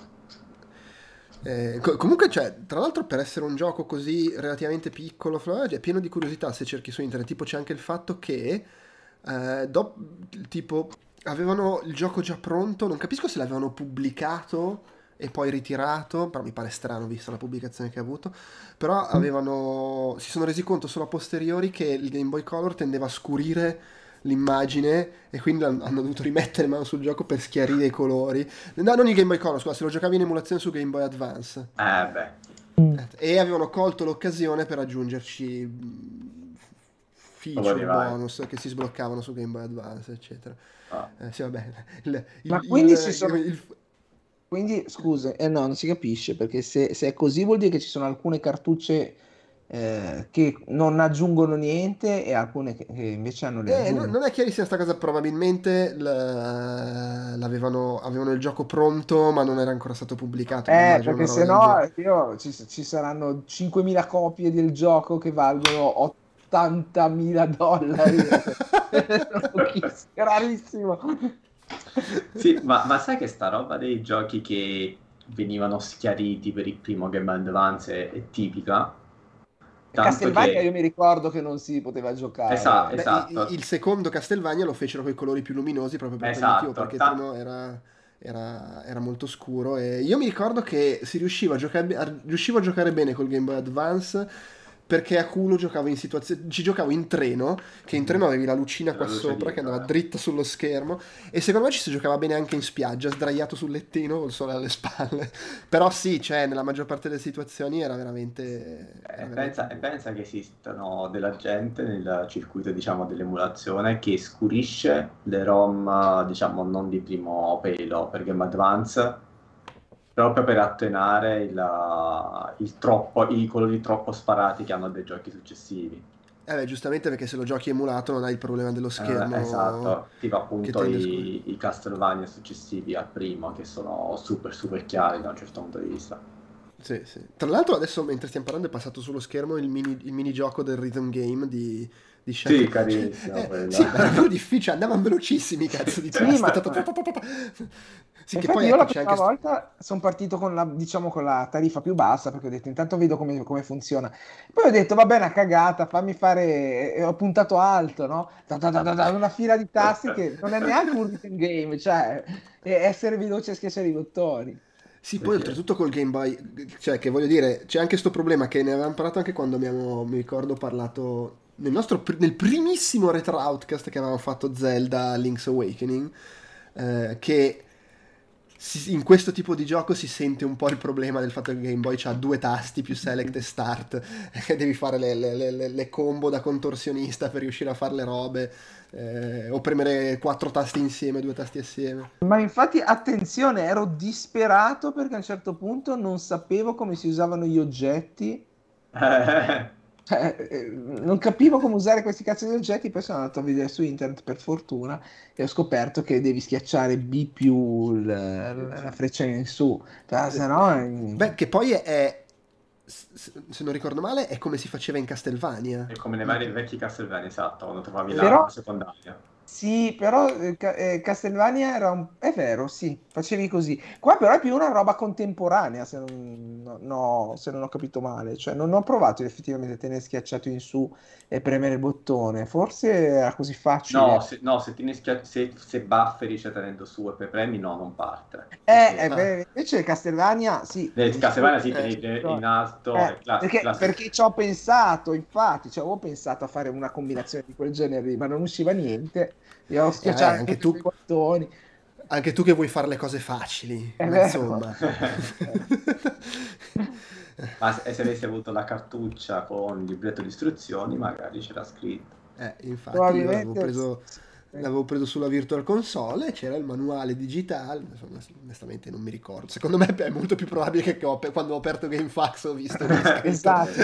Eh, co- comunque, cioè, tra l'altro, per essere un gioco così relativamente piccolo, fra- è pieno di curiosità se cerchi su internet. Tipo, c'è anche il fatto che, eh, dop- tipo, avevano il gioco già pronto. Non capisco se l'avevano pubblicato e poi ritirato. Però mi pare strano, vista la pubblicazione che ha avuto. Però avevano, si sono resi conto solo a posteriori che il Game Boy Color tendeva a scurire l'immagine e quindi han- hanno dovuto rimettere mano sul gioco per schiarire i colori. No, non il Game Boy Color, scusa, se lo giocavi in emulazione su Game Boy Advance. eh beh, Eh, E avevano colto l'occasione per aggiungerci mh, feature, lavori vai. bonus che si sbloccavano su Game Boy Advance, eccetera. Ah. Eh, sì, vabbè, il, il, Ma il, quindi ci sono... il- il- Quindi, scuse, eh no, non si capisce, perché se, se è così vuol dire che ci sono alcune cartucce eh, che non aggiungono niente e alcune che, che invece hanno le eh, no- aggiunte. non è chiarissima sta cosa, probabilmente l- l'avevano, avevano il gioco pronto, ma non era ancora stato pubblicato, mi Eh, immagino una perché roba se del genere. no io, ci, ci saranno cinquemila copie del gioco che valgono ottantamila dollari. Sono pochissimo, rarissimo. Sì, ma, ma sai che sta roba dei giochi che venivano schiariti per il primo Game Boy Advance è, è tipica? Tanto Castlevania che... io mi ricordo che non si poteva Esatto, giocare. Beh, i- i- esatto, il secondo Castlevania lo fecero con i colori più luminosi proprio per quel motivo, esatto. perché il ta- primo era, era- era molto scuro e io mi ricordo che si riusciva a giocare, a- riuscivo a giocare bene col Game Boy Advance perché a culo giocavo in situazioni, ci giocavo in treno, che in treno avevi la lucina qua La luce sopra che dietro, andava eh. dritta sullo schermo e secondo me ci si giocava bene anche in spiaggia, sdraiato sul lettino col sole alle spalle. Però sì, cioè, nella maggior parte delle situazioni era veramente, E era veramente pensa, e buono. pensa che esistano della gente nel circuito, diciamo, dell'emulazione che scurisce le ROM, diciamo, non di primo pelo per Game Advance, proprio per attenuare il, il troppo, i colori troppo sparati che hanno dei giochi successivi. Eh beh, giustamente perché se lo giochi emulato non hai il problema dello Eh, schermo esatto, tipo che appunto tende a scuro. i, i Castlevania successivi al primo, che sono super super chiari da un certo punto di vista. Sì, sì. Tra l'altro adesso mentre stiamo parlando è passato sullo schermo il, mini, il minigioco del rhythm game di, di Sì, Shantae. carinissimo Eh, quello. sì, ma era proprio difficile, andavano velocissimi, cazzo di Sì, testa. ma Ta- ta- ta- ta- ta- ta. Sì, che infatti poi io ecco la c'è prima anche... st- volta sono partito con la, diciamo, con la tariffa più bassa perché ho detto intanto vedo come, come funziona. Poi ho detto va bene, una cagata, fammi fare... E ho puntato alto, no? Ta- ta- ta- ta- ta, una fila di tasti che non è neanche un written game, cioè è essere veloce a schiacciare i bottoni. Sì, Sì, poi sì. oltretutto col Game Boy, cioè che voglio dire, c'è anche questo problema che ne avevamo parlato anche quando abbiamo, mi ricordo, parlato nel nostro, pri- nel primissimo Retro Outcast che avevamo fatto Zelda Link's Awakening, eh, che si- in questo tipo di gioco si sente un po' il problema del fatto che il Game Boy ha due tasti più select e start, e devi fare le, le- le- le combo da contorsionista per riuscire a fare le robe, eh, o premere quattro tasti insieme, due tasti assieme. Ma infatti, attenzione, ero disperato perché a un certo punto non sapevo come si usavano gli oggetti. Cioè, eh, non capivo come usare questi cazzo di oggetti, poi sono andato a vedere su internet per fortuna e ho scoperto che devi schiacciare B più l- la freccia in su, cioè, se no... Beh, che poi è, se, se non ricordo male, è come si faceva in Castlevania. È come nei vari vecchi Castlevania, esatto, quando trovavi Però- l'arma secondaria. Sì, però eh, Ca- eh, Castlevania era un... è vero, sì, facevi così. Qua però è più una roba contemporanea, se non, no, no, se non ho capito male. Cioè, non ho provato effettivamente a tenere schiacciato in su e premere il bottone. Forse era così facile. No, se, no, se, tieni schia- se, se bufferi, cioè tenendo su e poi premi, no, non parte. Eh, Perché- è vero. Invece Castlevania, sì. Nel Castlevania sì, Eh, tenevi sì. in alto, Eh, è class- perché, classico. perché ci ho pensato, infatti, cioè, avevo pensato a fare una combinazione di quel genere, ma non usciva niente. Io ho schiacciato Eh, anche tutti tu- i bottoni. Anche tu che vuoi fare le cose facili, È ma vero. insomma. Ma se, se avessi avuto la cartuccia con il libretto di istruzioni, magari c'era scritto. Eh, infatti io l'avevo Probabilmente preso, sì. l'avevo preso sulla Virtual Console e c'era il manuale digitale, insomma, onestamente non mi ricordo. Secondo me è molto più probabile che ho- quando ho aperto GameFAQs ho visto lì scritto. Esatto.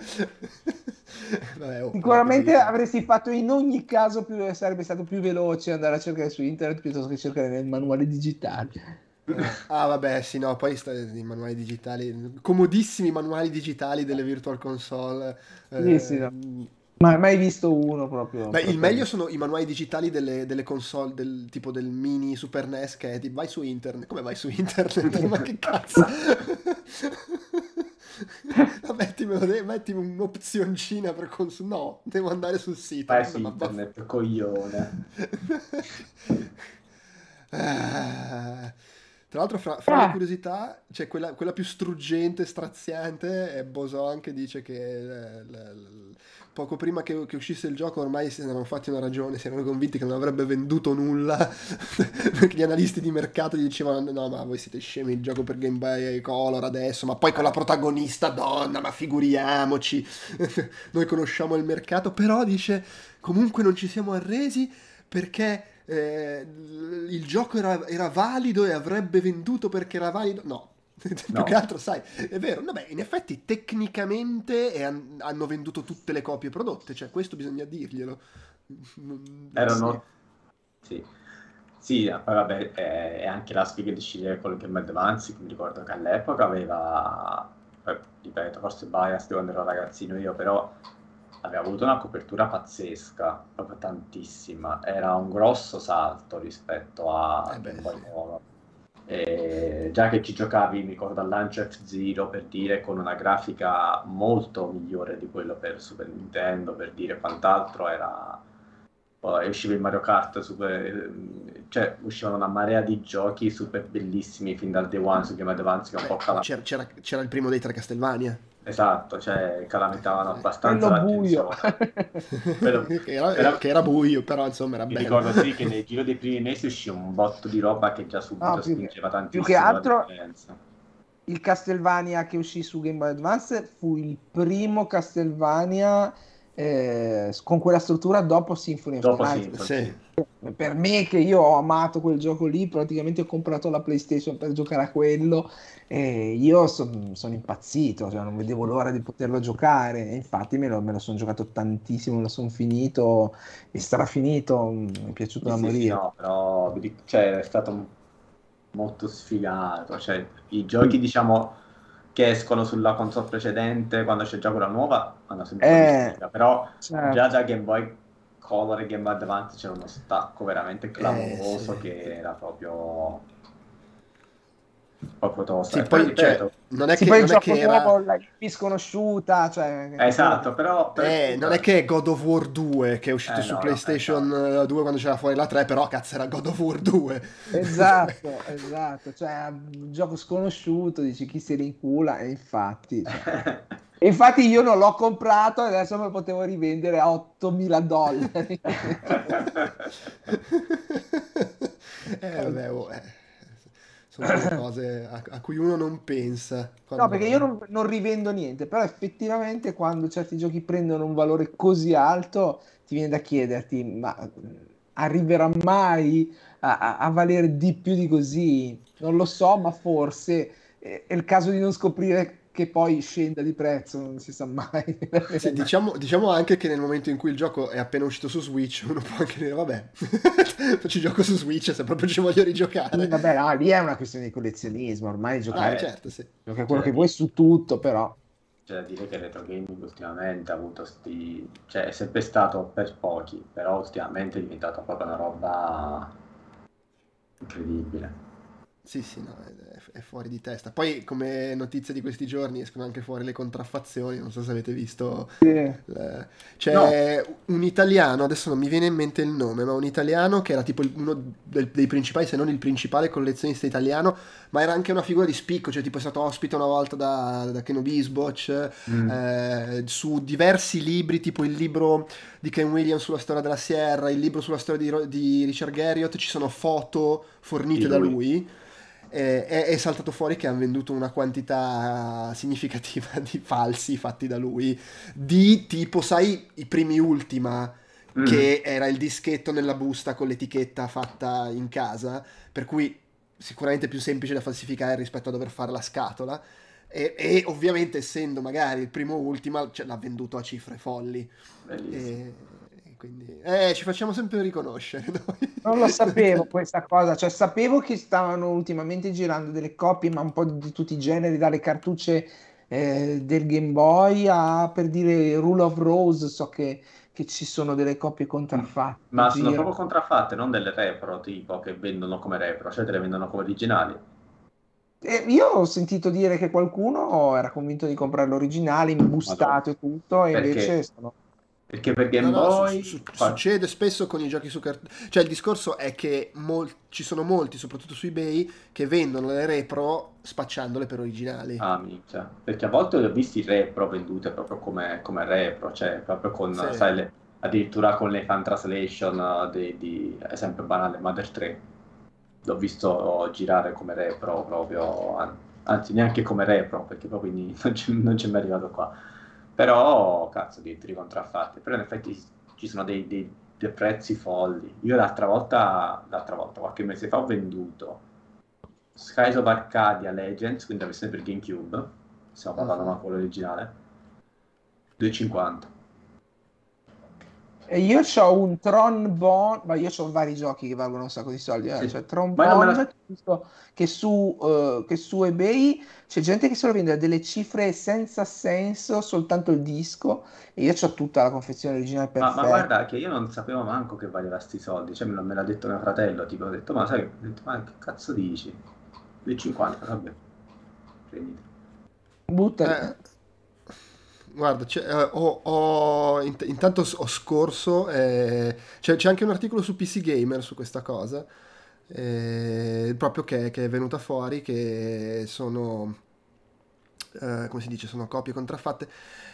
Vabbè, oh, Sicuramente però che avresti fatto in ogni caso più, sarebbe stato più veloce andare a cercare su internet piuttosto che cercare nel manuale digitale. dici. Ah vabbè sì no, poi sta, i manuali digitali, comodissimi manuali digitali delle Virtual Console. Sì, eh, sì, no. Ma mai visto uno proprio. Beh, il proprio- meglio sono i manuali digitali delle, delle console del tipo del mini Super N E S che è tipo vai su internet. Come vai su internet? Ma che cazzo? No, mettimelo, de- mettimi un'opzioncina per consumare. No, devo andare sul sito. Vai No, su ma- internet, coglione. Ah. Tra l'altro, fra, fra Ah. le curiosità, c'è quella, quella più struggente, straziante, e Boson che dice che eh, l- l- poco prima che, che uscisse il gioco ormai si erano fatti una ragione, si erano convinti che non avrebbe venduto nulla, perché gli analisti di mercato gli dicevano no ma voi siete scemi, il gioco per Game Boy Color adesso, ma poi con la protagonista donna, ma figuriamoci, noi conosciamo il mercato, però dice comunque non ci siamo arresi perché eh, il gioco era, era valido e avrebbe venduto perché era valido. No, più No. che altro, sai, è vero. Vabbè, in effetti, tecnicamente è- hanno venduto tutte le copie prodotte, cioè questo bisogna dirglielo. Non- Erano... Sì. Sì, poi vabbè, è, è anche la sfiga di scegliere quello che è Mad Advance, che mi ricordo che all'epoca aveva, eh, ripeto, forse bias di quando ero ragazzino io, però aveva avuto una copertura pazzesca, proprio tantissima. Era un grosso salto rispetto a Eh beh, Game Boy sì. Color. E già che ci giocavi, mi ricordo al lancio F-Zero, per dire, con una grafica molto migliore di quello per Super Nintendo, per dire quant'altro, era... Poi usciva il Mario Kart, super... cioè uscivano una marea di giochi super bellissimi fin dal day one su Game Advance, che è un po' Beh, cala- c'era, c'era- c'era il primo dei tre Castlevania. Esatto, cioè calamitavano abbastanza Quello buio. l'attenzione. Però- che, era, però- che era buio, però insomma era Mi bello. ricordo sì che nel giro dei primi mesi uscì un botto di roba che già subito No, più che- spingeva più tantissimo che la altro- differenza. Il Castlevania che uscì su Game Boy Advance fu il primo Castlevania eh, con quella struttura dopo Symphony of Dopo the Night. Symphony. Sì. Per me, che io ho amato quel gioco lì, praticamente ho comprato la PlayStation per giocare a quello e io son- sono impazzito, cioè non vedevo l'ora di poterlo giocare. E infatti me lo, me lo sono giocato tantissimo, me lo sono finito e strafinito, mi è piaciuto da Sì, sì, morire. sì, no, però vi dico, cioè, è stato un- molto sfigato. Cioè, i giochi, diciamo, che escono sulla console precedente, quando c'è già quella nuova, hanno sempre un po' Eh, di sfiga. Però Certo. già da Game Boy Color e Game Boy Advance c'era uno stacco veramente clamoroso, sì. che era proprio proprio tosto. Sì, E poi poi, cioè, ripeto, non è Sì, che, poi il non è gioco che era... nuovo, la I P sconosciuta, cioè... esatto, però, però- Eh, non è che è God of War due che è uscito Eh, su no, no, PlayStation eh, due quando c'era fuori la tre, però cazzo era God of War due. Esatto, esatto, cioè un gioco sconosciuto, dici chi se ne incula, e infatti, cioè. E infatti io non l'ho comprato e adesso me lo potevo rivendere a ottomila dollari. eh, vabbè, oh, eh, sono quelle cose a, a cui uno non pensa. quando- No, perché io non, non rivendo niente, però effettivamente quando certi giochi prendono un valore così alto, ti viene da chiederti, ma mh, arriverà mai a, a- a valere di più di così? Non lo so, ma forse è, è il caso di non scoprire che poi scenda di prezzo, non si sa mai. Sì, diciamo, diciamo anche che nel momento in cui il gioco è appena uscito su Switch, uno può anche dire, vabbè, ci gioco su Switch se proprio ci voglio rigiocare. Sì, vabbè, no, lì è una questione di collezionismo, ormai Ah, giocare, certo, sì. gioca quello Cioè, che vuoi su tutto, però... c'è da dire che il retro gaming ultimamente ha avuto sti... cioè è sempre stato per pochi, però ultimamente è diventato proprio una roba incredibile. Sì, sì, no, è, è fuori di testa. Poi, come notizia di questi giorni, escono anche fuori le contraffazioni. Non so se avete visto. Sì. le- No, C'è un italiano, adesso non mi viene in mente il nome, ma un italiano che era tipo il- uno del- dei principali, se non il principale collezionista italiano, ma era anche una figura di spicco, cioè tipo è stato ospite una volta da, da Ken Bisboch, mm, eh, su diversi libri, tipo il libro di Ken Williams sulla storia della Sierra, il libro sulla storia di, Ro- di Richard Garriott, ci sono foto di fornite da lui. lui. Eh, è, è saltato fuori che hanno venduto una quantità significativa di falsi fatti da lui, di tipo, sai, i primi Ultima, Mm. che era il dischetto nella busta con l'etichetta fatta in casa, per cui sicuramente più semplice da falsificare rispetto a dover fare la scatola. E, e ovviamente, essendo magari il primo Ultima, cioè, l'ha venduto a cifre folli. Bellissimo. E, e quindi, eh, ci facciamo sempre riconoscere noi. Non lo Noi sapevo italiani. questa cosa, cioè sapevo che stavano ultimamente girando delle copie, ma un po' di tutti i generi, dalle cartucce eh, del Game Boy a, per dire, Rule of Rose, so che, che ci sono delle copie Mm. contraffatte che Ma sono proprio girano. contraffatte, non delle repro, tipo che vendono come repro, cioè te le vendono come originali. E io ho sentito dire che qualcuno era convinto di comprare l'originale, Madonna. imbustato e tutto, e invece Perché? sono... Perché per No, Game no, su- Boy... su- fa- succede spesso con i giochi su carta. Cioè, il discorso è che mol- ci sono molti, soprattutto su eBay, che vendono le repro spacciandole per originali. Ah, minchia. Perché a volte ho visto i repro vendute proprio come, come repro, cioè proprio con, Sì. sai, le- addirittura con le fan translation eh, di, di- esempio banale, Mother tre. L'ho visto girare come repro proprio, an- anzi neanche come repro, perché proprio ni- non c'è non c'è mai arrivato qua. Però, cazzo, di di contraffatti. Però in effetti ci sono dei, dei- dei prezzi folli. Io l'altra volta, l'altra volta, qualche mese fa, ho venduto Skies of Arcadia Legends, quindi la versione per GameCube, stiamo parlando Mhm. ma quello originale, due e cinquanta. E io ho un Tron Bond, ma io ho vari giochi che valgono un sacco di soldi, eh. Sì. Cioè Tron Ma io non me Bond, la... che ho visto che su, eh, che su eBay c'è gente che se lo vende a delle cifre senza senso, soltanto il disco, e io ho tutta la confezione originale Ma, ma perfetta. guarda che io non sapevo manco che valeva sti soldi, cioè me l'ha me l'ha detto mio fratello, tipo ho detto ma sai, ho detto, ma che cazzo dici? due e cinquanta, vabbè, prenditi. Buttali. Eh, guarda, c'è- eh, ho, ho- int- intanto s- ho scorso, eh, c'è c'è anche un articolo su P C Gamer su questa cosa, eh, proprio che, che è venuta fuori, che sono, eh, come si dice, sono copie contraffatte.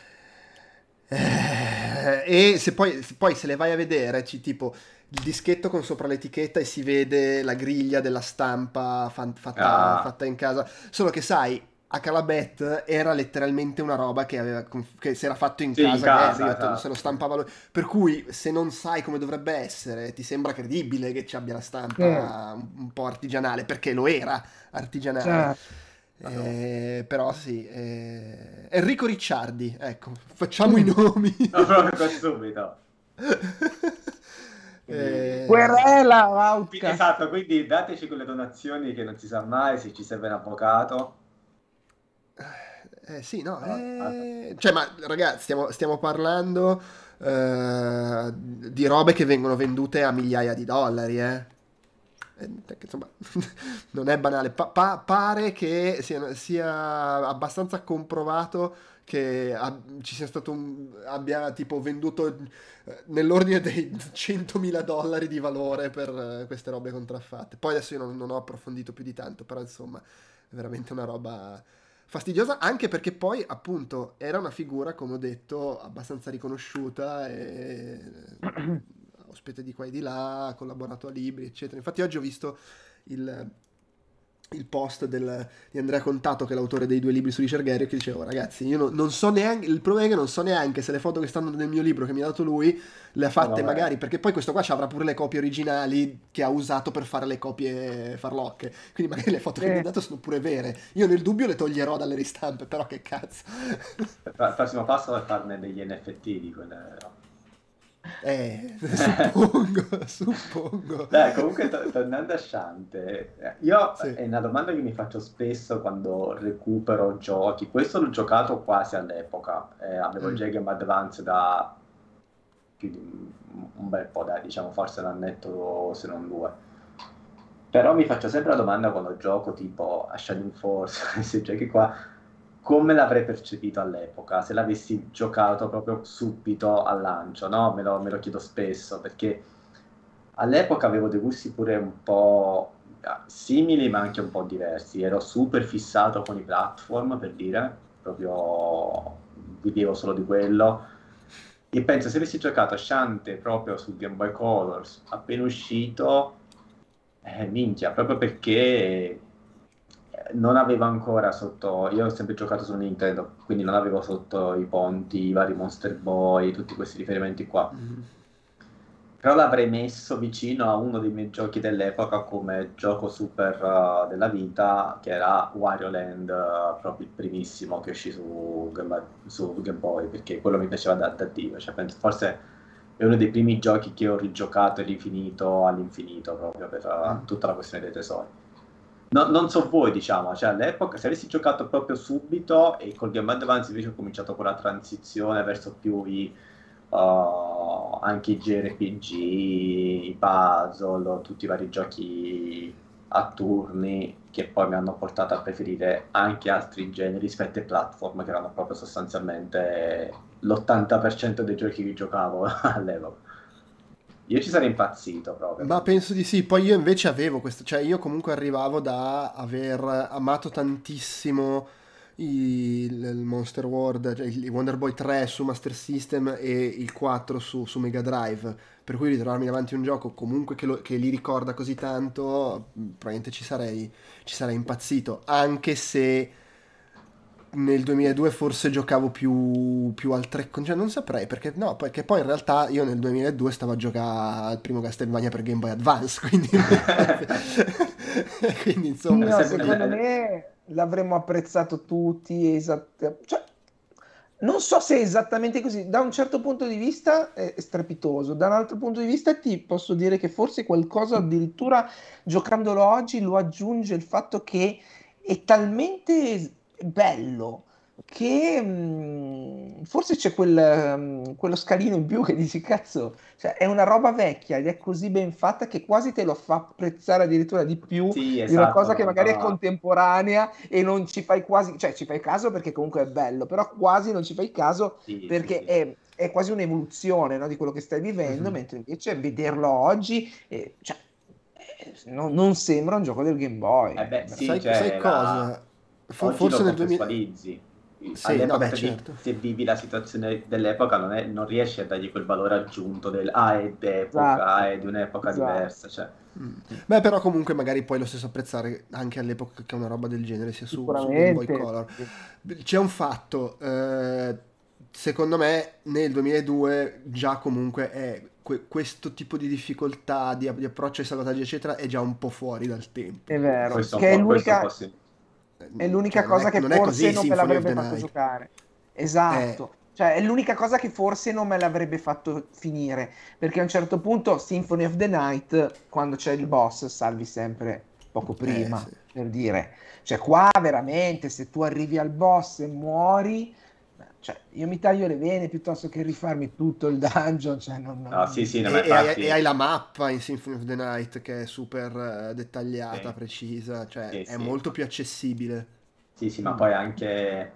Eh, e se poi, se poi se le vai a vedere, ci tipo il dischetto con sopra l'etichetta e si vede la griglia della stampa fan- fatta, Ah, fatta in casa. Solo che sai, a Calabet era letteralmente una roba che, aveva, che si era fatto in sì, in casa casa, Garriott, se lo esatto, sì. stampava lui. Per cui se non sai come dovrebbe essere, ti sembra credibile che ci abbia la Eh, stampa un, un po' artigianale, perché lo era artigianale. cioè, Madonna. Eh, però sì, eh, Enrico Ricciardi, ecco, facciamo i nomi. No, proprio qua subito. Quindi, Eh, querela, quindi, Outcast. esatto, quindi dateci quelle donazioni che non si sa mai se ci serve un avvocato. eh, sì, no, Ah, ah, eh, cioè, ma ragazzi, stiamo, stiamo parlando eh, di robe che vengono vendute a migliaia di dollari, eh. Eh, perché, insomma, non è banale. Pa- pa- pare che sia, sia abbastanza comprovato che ab- ci sia stato un, abbia tipo venduto eh, nell'ordine dei centomila dollari di valore per eh, queste robe contraffatte. Poi adesso io non, non ho approfondito più di tanto, però insomma, è veramente una roba fastidiosa, anche perché poi appunto era una figura, come ho detto, abbastanza riconosciuta e ospite di qua e di là, ha collaborato a libri, eccetera. Infatti oggi ho visto il, il post del- di Andrea Contato, che è l'autore dei due libri su Richard Garriott, che diceva, ragazzi, io non, non so neanche, il problema è che non so neanche se le foto che stanno nel mio libro che mi ha dato lui le ha no, fatte vabbè. magari, perché poi questo qua ci avrà pure le copie originali che ha usato per fare le copie farlocche, quindi magari le foto che mi ha Eh, dato sono pure vere. Io nel dubbio le toglierò dalle ristampe, però che cazzo. Il prossimo passo è farne degli N F T di quelle. Eh, suppongo, suppongo. Dai, comunque to- tornando a Shantae, eh, io Sì. è una domanda che mi faccio spesso quando recupero giochi. Questo l'ho giocato quasi all'epoca, eh, avevo Mm. già il Game Advance da più di un un bel po', dai, diciamo forse un annetto se non due. Però mi faccio sempre la domanda quando gioco tipo a Shining Force, questi giochi qua, come l'avrei percepito all'epoca, se l'avessi giocato proprio subito al lancio, no? Me lo, me lo chiedo spesso, perché all'epoca avevo dei gusti pure un po' ah, simili, ma anche un po' diversi. Ero super fissato con i platform, per dire, proprio vivevo solo di quello. E penso se avessi giocato a Shantae proprio sul Game Boy Colors appena uscito, eh, minchia, proprio perché eh, non avevo ancora sotto, io ho sempre giocato su Nintendo, quindi non avevo sotto i ponti i vari Monster Boy, tutti questi riferimenti qua. Mm. Però l'avrei messo vicino a uno dei miei giochi dell'epoca come gioco super uh, della vita, che era Wario Land, uh, proprio il primissimo che uscì su Game, su Game Boy, perché quello mi piaceva da, da Dio. Cioè, penso, forse è uno dei primi giochi che ho rigiocato e rifinito all'infinito, proprio per uh, Mm. tutta la questione dei tesori. No- non so voi, diciamo, cioè all'epoca se avessi giocato proprio subito e col Game Boy Advance invece ho cominciato con la transizione verso più i uh, anche i J R P G, i puzzle, tutti i vari giochi a turni che poi mi hanno portato a preferire anche altri generi rispetto ai platform che erano proprio sostanzialmente l'ottanta per cento dei giochi che giocavo all'epoca. Io ci sarei impazzito proprio. Ma penso di sì, poi io invece avevo questo, cioè io comunque arrivavo da aver amato tantissimo il, il Monster World, cioè il Wonder Boy tre su Master System e il quattro su, su Mega Drive, per cui ritrovarmi davanti a un gioco comunque che, lo- che li ricorda così tanto, mh, probabilmente ci sarei, ci sarei impazzito, anche se nel duemiladue forse giocavo più, più al tre, cioè non saprei perché no, perché poi in realtà io nel duemiladue stavo a giocare al primo Castlevania per Game Boy Advance, quindi, quindi Sì, insomma È no, sempre- secondo è- me l'avremmo apprezzato tutti, esatt- cioè, non so se è esattamente così, da un certo punto di vista è strepitoso, da un altro punto di vista ti posso dire che forse qualcosa addirittura giocandolo oggi lo aggiunge il fatto che è talmente bello che mh, forse c'è quel, mh, quello scalino in più che dici, cazzo, cioè, è una roba vecchia ed è così ben fatta che quasi te lo fa apprezzare addirittura di più Sì, di una esatto, cosa che no, magari è no. contemporanea e non ci fai quasi, cioè ci fai caso perché comunque è bello, però quasi non ci fai caso Sì, sì, perché sì. è, è quasi un'evoluzione, no, di quello che stai vivendo, mhm. mentre invece vederlo oggi, eh, cioè, eh, non, non sembra un gioco del Game Boy. Eh beh, sì, Sai, sai cioè, la... cosa? For- oggi lo forse nel duemila... contestualizzi. Sì, no, All'epoca, beh, se, vi- certo. se vivi la situazione dell'epoca, non, è- non riesci a dargli quel valore aggiunto del ah, è d'epoca, ah, Esatto, è di un'epoca esatto. diversa. Cioè. Mm. Beh, però comunque magari poi lo stesso apprezzare anche all'epoca che una roba del genere sia su, su Game Boy Sicuramente. Color. Sì. C'è un fatto, eh, secondo me nel duemiladue già comunque è que- questo tipo di difficoltà di, di approccio ai salvataggi eccetera è già un po' fuori dal tempo. È vero, Questo un che è po', questo un po' l'unica sì. è Eh, l'unica Cioè non cosa è, che non è così forse in non me Symphony of l'avrebbe the fatto Night. giocare. Eh, Esatto, cioè è l'unica cosa che forse non me l'avrebbe fatto finire, perché a un certo punto Symphony of the Night, quando c'è il boss, salvi sempre poco eh prima, sì. per dire. Cioè qua veramente, se tu arrivi al boss e muori, cioè io mi taglio le vene piuttosto che rifarmi tutto il dungeon, cioè non, No, sì, non- sì, no, ma E, e hai, e infatti, hai la mappa in Symphony of the Night che è super eh, dettagliata, sì, precisa, cioè sì, è sì. molto più accessibile. Sì, sì, ma Mm. poi anche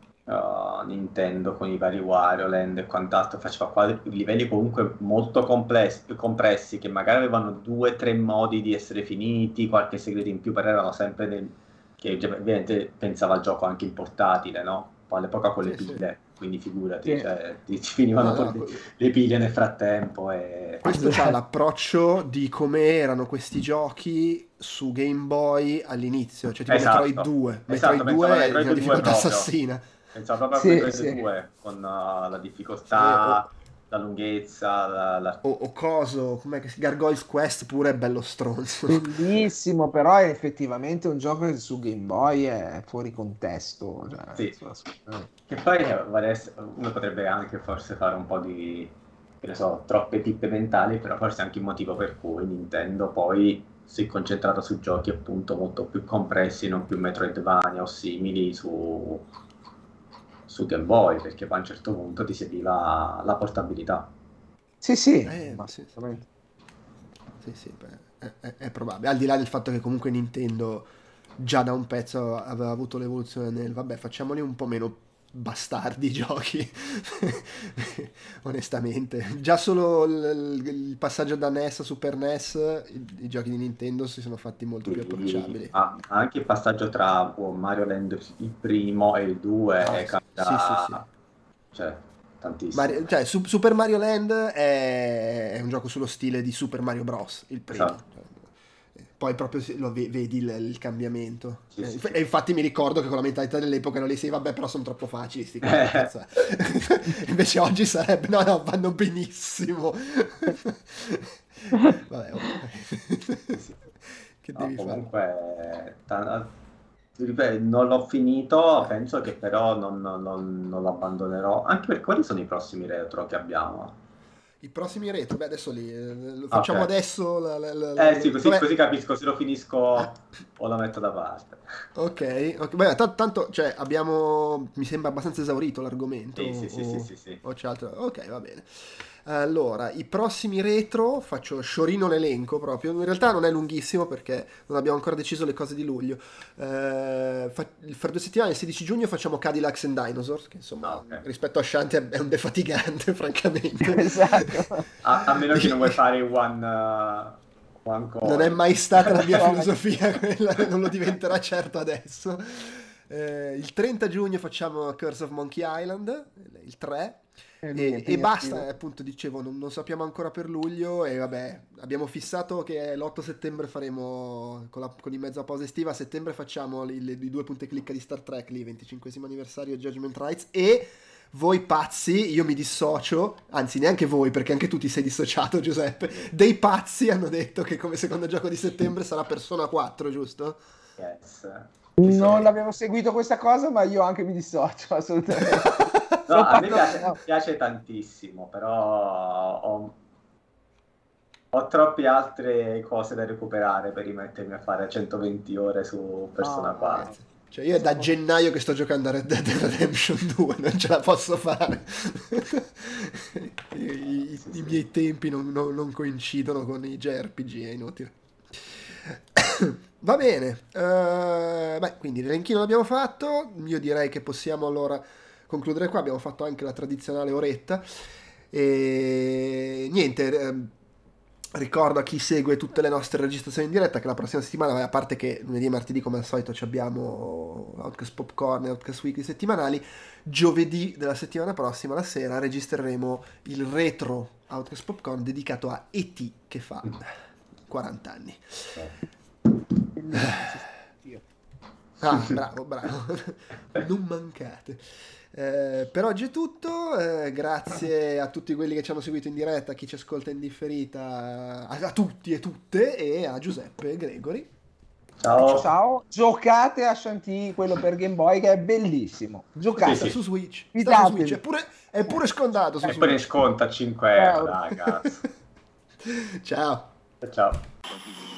uh, Nintendo con i vari Wario Land e quant'altro faceva qua livelli comunque molto complessi, compressi, che magari avevano due o tre modi di essere finiti, qualche segreto in più, però erano sempre del... che cioè, ovviamente pensava al gioco anche in portatile, no? Poi all'epoca con le Sì, sì. pile, quindi figurati, Sì. cioè ti, ti finivano No, poi no, le, que- le pile nel frattempo e... questo c'ha Esatto. l'approccio di come erano questi giochi su Game Boy all'inizio, cioè tipo Metroid Esatto, due. esatto, Metroid pensavo a due è di una Metroid due difficoltà proprio. assassina. Pensavo proprio a Sì, Metroid sì. due con uh, la Sì, o, difficoltà, la lunghezza, la, la- o, o coso, com'è che si... Gargoyle's Quest pure è bello stronzo. Bellissimo, però è effettivamente un gioco che su Game Boy è fuori contesto. Cioè, Sì, assolutamente. che poi eh, adesso uno potrebbe anche forse fare un po' di, che ne so, troppe pippe mentali, però forse anche il motivo per cui Nintendo poi si è concentrato su giochi appunto molto più compressi, non più Metroidvania o simili su, su Game Boy, perché poi a un certo punto ti serviva la portabilità. Sì, sì, Eh, ma sì. assolutamente. Sì, sì, beh, è, è- è probabile. Al di là del fatto che comunque Nintendo già da un pezzo aveva avuto l'evoluzione nel vabbè, facciamoli un po' meno bastardi i giochi. Onestamente, già solo il, il- il passaggio da N E S a Super N E S, i, i giochi di Nintendo si sono fatti molto più Quindi, approcciabili. ah, anche il passaggio tra boh, Mario Land il primo e il due Ah, è sì, sì, sì, sì. cambiato, cioè, tantissimo. Mario- cioè, Su- Super Mario Land è, è un gioco sullo stile di Super Mario Bros. Il primo. Esatto. Cioè, poi proprio si- lo ve- vedi il, il cambiamento. Sì, Eh, sì, inf- sì. E infatti mi ricordo che con la mentalità dell'epoca ero lì, sì, vabbè, però sono troppo facili sti cosi, che cazzo è? Invece oggi sarebbe, no, no, vanno benissimo. Vabbè, ok. Sì. Che No, devi fare? comunque, ta- ti ripeto, non l'ho finito, penso che però non, non, non- non lo abbandonerò, anche perché quali sono i prossimi retro che abbiamo? I prossimi retro, beh, adesso li eh, lo Ah, facciamo ok. adesso. La, la- la- la- Eh sì, così, dov'è? così capisco se lo finisco o lo metto da parte. Ok, ok. Beh, t- tanto, cioè, abbiamo, mi sembra abbastanza esaurito l'argomento. Sì, sì, sì, sì, O, sì, sì. o c'è altro? Ok, va bene. Allora, i prossimi retro, faccio sciorino l'elenco proprio. In realtà non è lunghissimo perché non abbiamo ancora deciso le cose di luglio. Eh, fa- fra due settimane, il sedici giugno, facciamo Cadillacs and Dinosaurs, che insomma, Ah, ok. rispetto a Shanti è è un defatigante, francamente. Esatto. A, a meno che non vuoi fare one, uh, one Non è coin. mai stata la mia filosofia quella, non lo diventerà certo adesso. Eh, il trenta giugno facciamo Curse of Monkey Island, il tre, È e, impegnativo. e basta, eh, appunto dicevo, non, non sappiamo ancora per luglio e vabbè, abbiamo fissato che l'otto settembre faremo, con, la, con in mezzo a pausa estiva, a settembre facciamo i, le- i due punti clicca di Star Trek, lì, venticinquesimo anniversario Judgment Rights, e voi pazzi, io mi dissocio, anzi neanche voi perché anche tu ti sei dissociato Giuseppe, dei pazzi hanno detto che come secondo gioco di settembre sarà Persona quattro, giusto? Yes. Non l'avevo seguito questa cosa, ma io anche mi dissocio, assolutamente. No, a me piace, No. piace tantissimo, però ho, ho troppe altre cose da recuperare per rimettermi a fare centoventi ore su Persona Ah, quattro. Cioè io è da gennaio che sto giocando a Red Dead Redemption due, non ce la posso fare. I, i- Sì, i sì. miei tempi non, non- non coincidono con i J R P G, è inutile. Va bene, eh, beh, quindi l'elenchino l'abbiamo fatto, io direi che possiamo allora concludere qua, abbiamo fatto anche la tradizionale oretta e niente, ehm, ricordo a chi segue tutte le nostre registrazioni in diretta che la prossima settimana, a parte che lunedì e martedì come al solito ci abbiamo Outcast Popcorn e Outcast Weekly settimanali, giovedì della settimana prossima, la sera, registreremo il retro Outcast Popcorn dedicato a E T che fa quaranta anni. Ah, bravo, bravo, non mancate. Eh, per oggi è tutto, eh, grazie a tutti quelli che ci hanno seguito in diretta, a chi ci ascolta in differita, a, a tutti e tutte, e a Giuseppe e Gregori. Ciao. Ciao, giocate a Shanty, quello per Game Boy, che è bellissimo. Giocate. Sta Sì, su Switch, sta su Fidatevi. Switch, è pure, è pure scontato su E poi ne Switch. sconta cinque euro, Ciao. ragazzi. Ciao. Ciao.